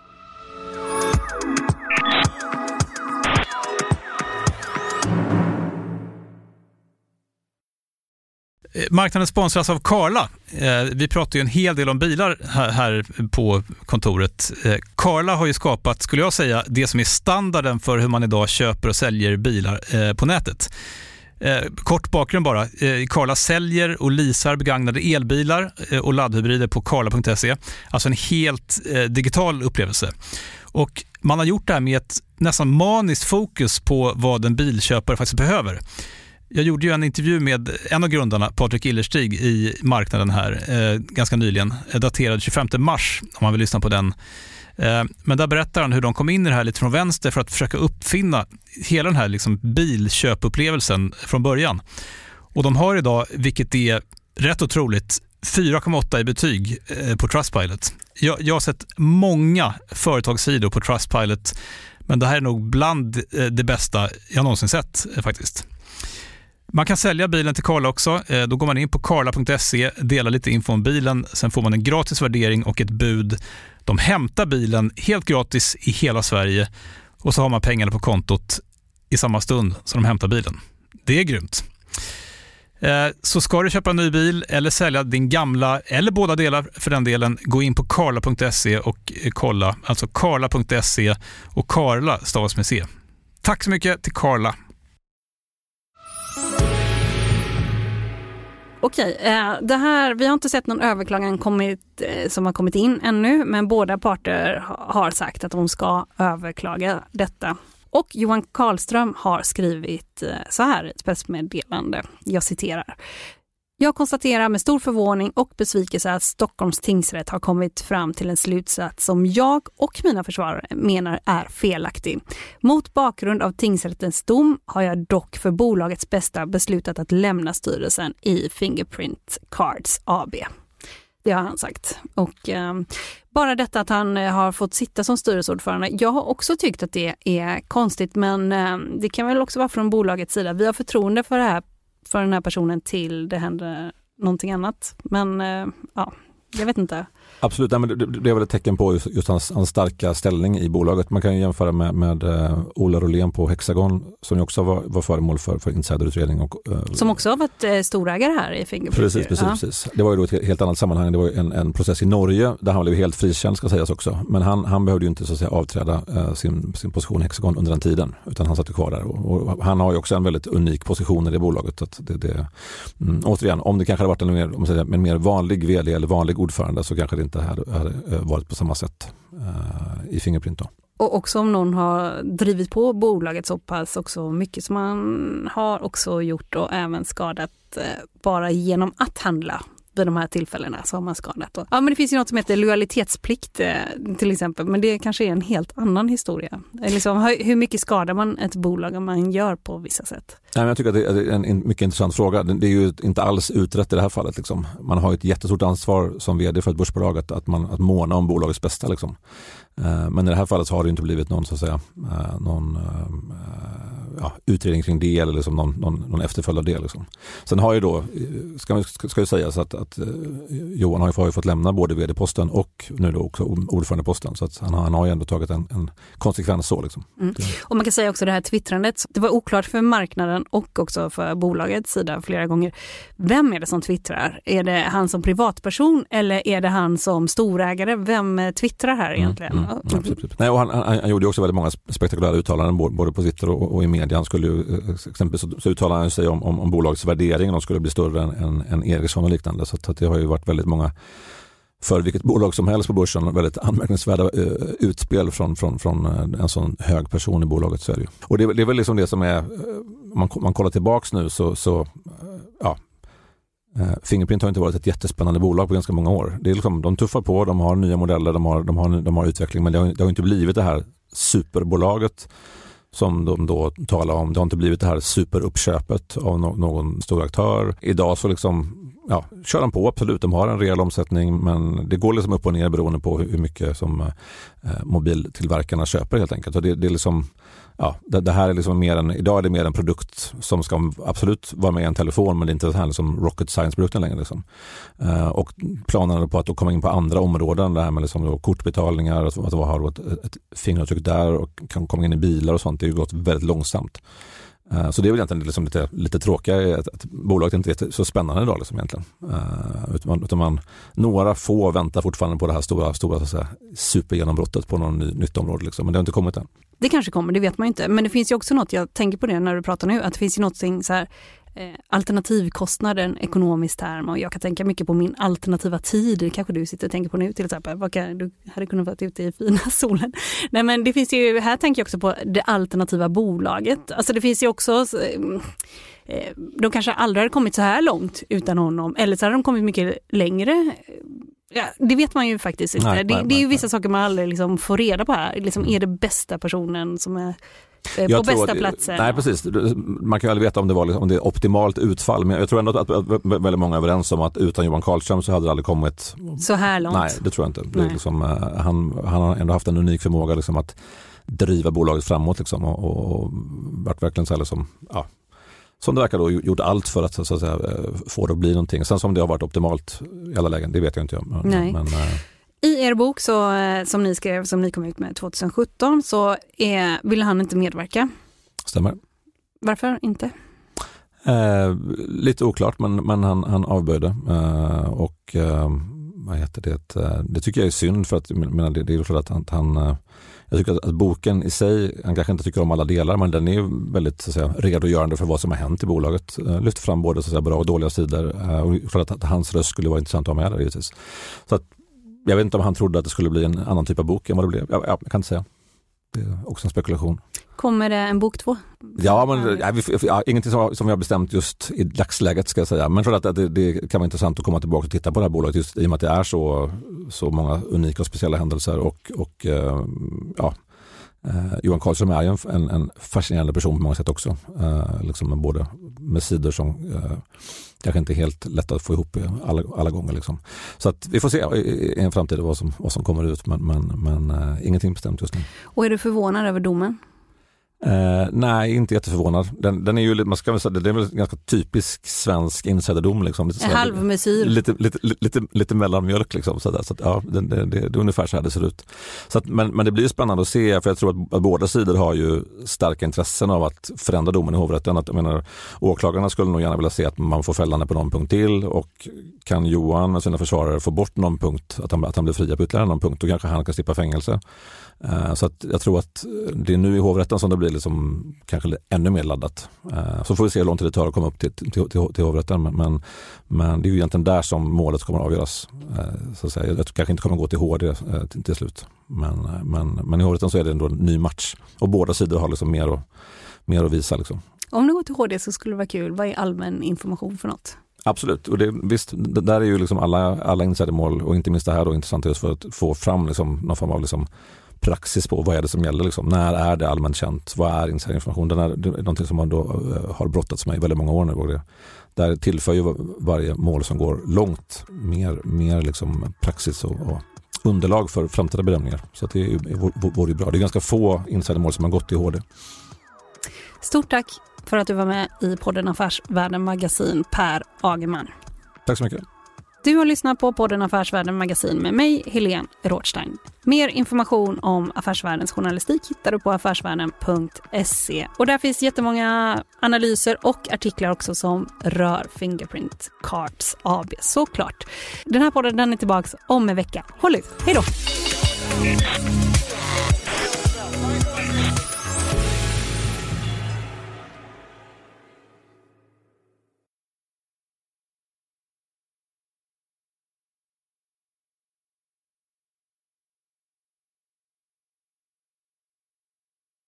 Marknaden sponsras av Carla. Vi pratar ju en hel del om bilar här på kontoret. Carla har ju skapat, skulle jag säga, det som är standarden för hur man idag köper och säljer bilar på nätet. Kort bakgrund bara. Carla säljer och leasar begagnade elbilar och laddhybrider på carla punkt se. Alltså en helt digital upplevelse. Och man har gjort det här med ett nästan maniskt fokus på vad en bilköpare faktiskt behöver. Jag gjorde ju en intervju med en av grundarna, Patrik Illerstig, i marknaden här eh, ganska nyligen, daterad tjugofemte mars om man vill lyssna på den. Eh, men där berättar han hur de kom in i det här lite från vänster för att försöka uppfinna hela den här liksom, bilköpupplevelsen från början. Och de har idag, vilket är rätt otroligt, fyra komma åtta i betyg eh, på Trustpilot. Jag, jag har sett många företagssidor på Trustpilot, men det här är nog bland eh, det bästa jag någonsin sett eh, faktiskt. Man kan sälja bilen till Carla också. Då går man in på carla punkt se, delar lite info om bilen. Sen får man en gratis värdering och ett bud. De hämtar bilen helt gratis i hela Sverige. Och så har man pengarna på kontot i samma stund som de hämtar bilen. Det är grymt. Så ska du köpa en ny bil eller sälja din gamla, eller båda delar för den delen, gå in på carla punkt se och kolla. Alltså carla punkt se och Carla stavas med C. Tack så mycket till Carla. Okej, det här, vi har inte sett någon överklagan kommit, som har kommit in ännu, men båda parter har sagt att de ska överklaga detta. Och Johan Karlström har skrivit så här i ett pressmeddelande, jag citerar. Jag konstaterar med stor förvåning och besvikelse att Stockholms tingsrätt har kommit fram till en slutsats som jag och mina försvarare menar är felaktig. Mot bakgrund av tingsrättens dom har jag dock för bolagets bästa beslutat att lämna styrelsen i Fingerprint Cards A B. Det har han sagt. Och eh, bara detta att han har fått sitta som styrelseordförande. Jag har också tyckt att det är konstigt, men eh, det kan väl också vara från bolagets sida. Vi har förtroende för det här för den här personen till det händer någonting annat. Men eh, ja, Jag vet inte. Absolut, nej, men det, det är väl ett tecken på just, just hans, hans starka ställning i bolaget. Man kan ju jämföra med, med uh, Ola Rolén på Hexagon som ju också var, var föremål för, för insiderutredning. Och, uh, som också har varit uh, storägare här i Fingerprint. Precis, precis, ja. precis. Det var ju då ett helt annat sammanhang. Det var ju en, en process i Norge där han blev helt frikänd, ska sägas också. Men han, han behövde ju inte så att säga avträda uh, sin, sin position i Hexagon under den tiden, utan han satt kvar där. Och, och han har ju också en väldigt unik position i det bolaget. Att det, det, mm, återigen, om det kanske hade varit en mer, om man säger, en mer vanlig vd eller vanlig ordförande så kanske det inte hade, hade varit på samma sätt uh, i Fingerprint då. Och också om någon har drivit på bolaget så pass också mycket som man har också gjort och även skadat eh, bara genom att handla vid de här tillfällena så har man skadat. Och, ja, men det finns ju något som heter lojalitetsplikt eh, till exempel, men det kanske är en helt annan historia. Liksom, hur, hur mycket skadar man ett bolag om man gör på vissa sätt? Nej, men jag tycker att det är en, en mycket intressant fråga. Det är ju inte alls utrett i det här fallet. Liksom. Man har ett jättestort ansvar som vd för ett börsbolag att, att, man, att måna om bolagets bästa. Liksom. Men i det här fallet så har det inte blivit någon, så att säga, någon ja, utredning kring det eller liksom någon, någon, någon efterföljd av det. Liksom. Sen har ju då, ska, ska ju sägas att, att Johan har ju, har ju fått lämna både vd-posten och nu då också ordförandeposten. Så att han, han har ju ändå tagit en, en konsekvens så. Liksom. Mm. Och man kan säga också det här twittrandet, det var oklart för marknaden och också för bolagets sida flera gånger. Vem är det som twittrar? Är det han som privatperson eller är det han som storägare? Vem twittrar här egentligen? Mm, mm, mm. Absolut. Nej, och han, han, han gjorde också väldigt många spektakulära uttalanden både på Twitter och, och i media. Han skulle ju, exempelvis så, så uttalade han sig om, om, om bolagets värdering. De skulle bli större än, än, än Ericsson och liknande. Så att det har ju varit väldigt många, för vilket bolag som helst på börsen, väldigt anmärkningsvärda uh, utspel från, från, från uh, en sån hög person i bolaget. Så är det ju. Och det, det är väl liksom det som är, uh, man, man kollar tillbaks nu så, så uh, ja, uh, Fingerprint har inte varit ett jättespännande bolag på ganska många år. Det är liksom, de tuffar på, de har nya modeller, de har, de har, de har utveckling, men det har, det har inte blivit det här superbolaget som de då talar om. Det har inte blivit det här superuppköpet av no- någon stor aktör. Idag så liksom, ja, kör de på, absolut. De har en rejäl omsättning, men det går liksom upp och ner beroende på hur, hur mycket som eh, mobiltillverkarna köper helt enkelt. Och det, det är liksom, ja, det, det här är liksom mer en, idag är det mer en produkt som ska absolut vara med i en telefon, men det är inte det här liksom rocket science-produkten längre. Liksom. Uh, och planerna på att då komma in på andra områden, det här med liksom då kortbetalningar, att, att ha ett, ett fingeravtryck där och kan komma in i bilar och sånt, det har ju gått väldigt långsamt. Uh, så det är väl egentligen liksom lite, lite tråkiga att, att bolaget inte är så spännande idag liksom egentligen. Uh, utan, man, utan man, några få väntar fortfarande på det här stora, stora så att säga, supergenombrottet på någon ny, nytt område liksom, men det har inte kommit än. Det kanske kommer, det vet man ju inte. Men det finns ju också något, jag tänker på det när du pratar nu, att det finns ju något så här, eh, alternativkostnaden ekonomiskt term, och jag kan tänka mycket på min alternativa tid, det kanske du sitter och tänker på nu till exempel. Vad kan, du hade kunnat vara ute i fina solen. Nej, men det finns ju, här tänker jag också på det alternativa bolaget. Alltså det finns ju också, eh, de kanske aldrig hade kommit så här långt utan honom, eller så hade de kommit mycket längre. Ja, det vet man ju faktiskt inte. Nej, det, nej, det är ju vissa nej. saker man aldrig liksom får reda på här. Liksom, är det bästa personen som är eh, på bästa att, platsen? Nej, precis. Man kan ju aldrig veta om det var liksom, om det är optimalt utfall. Men jag tror ändå att, att, att väldigt många är överens om att utan Johan Karlström så hade det aldrig kommit så här långt. Nej, det tror jag inte. Det är liksom, han, han har ändå haft en unik förmåga liksom, att driva bolaget framåt liksom, och, och, och varit verkligen så här liksom, ja, som det verkar då gjort allt för att, så att säga, få det att bli någonting. Sen som det har varit optimalt i alla lägen, det vet jag inte. Men, Nej. Men, I er bok så, som ni skrev, som ni kom ut med tjugohundrasjutton, så är, ville han inte medverka. Stämmer. Varför inte? Eh, lite oklart, men, men han, han avböjde. Eh, och eh, vad heter det? Det tycker jag är synd, för att men det, det är klart att han, han jag tycker att, att boken i sig, han kanske inte tycker om alla delar, men den är ju väldigt, så att säga, redogörande för vad som har hänt i bolaget. Uh, lyfter fram både, så att säga, bra och dåliga sidor. Uh, och klart att, att hans röst skulle vara intressant att ha med där givetvis. Så att, jag vet inte om han trodde att det skulle bli en annan typ av bok än vad det blev. Jag, jag, jag kan inte säga. Det är också en spekulation. Kommer det en bok två? Ja, men ja, vi, ja, ingenting som, som vi har bestämt just i dagsläget, ska jag säga. Men jag tror att det, det kan vara intressant att komma tillbaka och titta på det här bolaget, just i och med att det är så, så många unika och speciella händelser. Och, och uh, ja, uh, Johan Karlström är ju en, en fascinerande person på många sätt också. Uh, liksom både med sidor som uh, kanske inte är helt lätt att få ihop alla, alla gånger. Liksom. Så att vi får se i, i en framtid vad som, vad som kommer ut, men, men, men uh, ingenting bestämt just nu. Och är du förvånad över domen? Eh, nej, inte jätteförvånad. Den, den är ju, man ska väl säga, det är väl en ganska typisk svensk insiderdom. Liksom. En halvmesyr. Lite, lite, lite, lite, lite mellanmjölk. Liksom, så där. Så att, ja, det, det, det, det är ungefär så här det ser ut. Så att, men, men det blir spännande att se, för jag tror att, att båda sidor har ju starka intressen av att förändra domen i hovrätten. Att, jag menar, åklagarna skulle nog gärna vilja se att man får fällande på någon punkt till, och kan Johan med sina försvarare få bort någon punkt, att han, att han blir fria på ytterligare någon punkt, då kanske han kan slippa fängelse. Uh, så att jag tror att det är nu i hovrätten som det blir liksom kanske ännu mer laddat. Uh, så får vi se hur långt det tar att komma upp till, till, till, till hovrätten. Men, men, men det är ju egentligen där som målet kommer att avgöras. Uh, så att säga. Jag tror kanske inte kommer att gå till H D uh, till, till slut. Men, uh, men, men i hovrätten så är det ändå en ny match. Och båda sidor har liksom mer, och, mer att visa. Liksom. Om det går till H D så skulle det vara kul. Vad är allmän information för något? Absolut, och det, visst, det där är ju liksom alla, alla insidermål, och inte minst det här då intressant just för att få fram liksom någon form av liksom praxis på vad är det som gäller. Liksom. När är det allmänt känt? Vad är insiderinformation? Det är, det är någonting som man då uh, har brottats med i väldigt många år nu. Och det, där tillför ju varje mål som går långt mer, mer liksom praxis och, och underlag för framtida bedömningar. Så att det vore ju bra. Det är ganska få insidermål som har gått i H D. Stort tack för att du var med i podden Affärsvärlden Magasin, Per Agerman. Tack så mycket. Du har lyssnat på podden Affärsvärlden Magasin med mig, Helene Rothstein. Mer information om Affärsvärldens journalistik hittar du på affärsvärlden punkt se. Och där finns jättemånga analyser och artiklar också som rör Fingerprint Cards A B, såklart. Den här podden den är tillbaka om en vecka. Håll ut, hej då!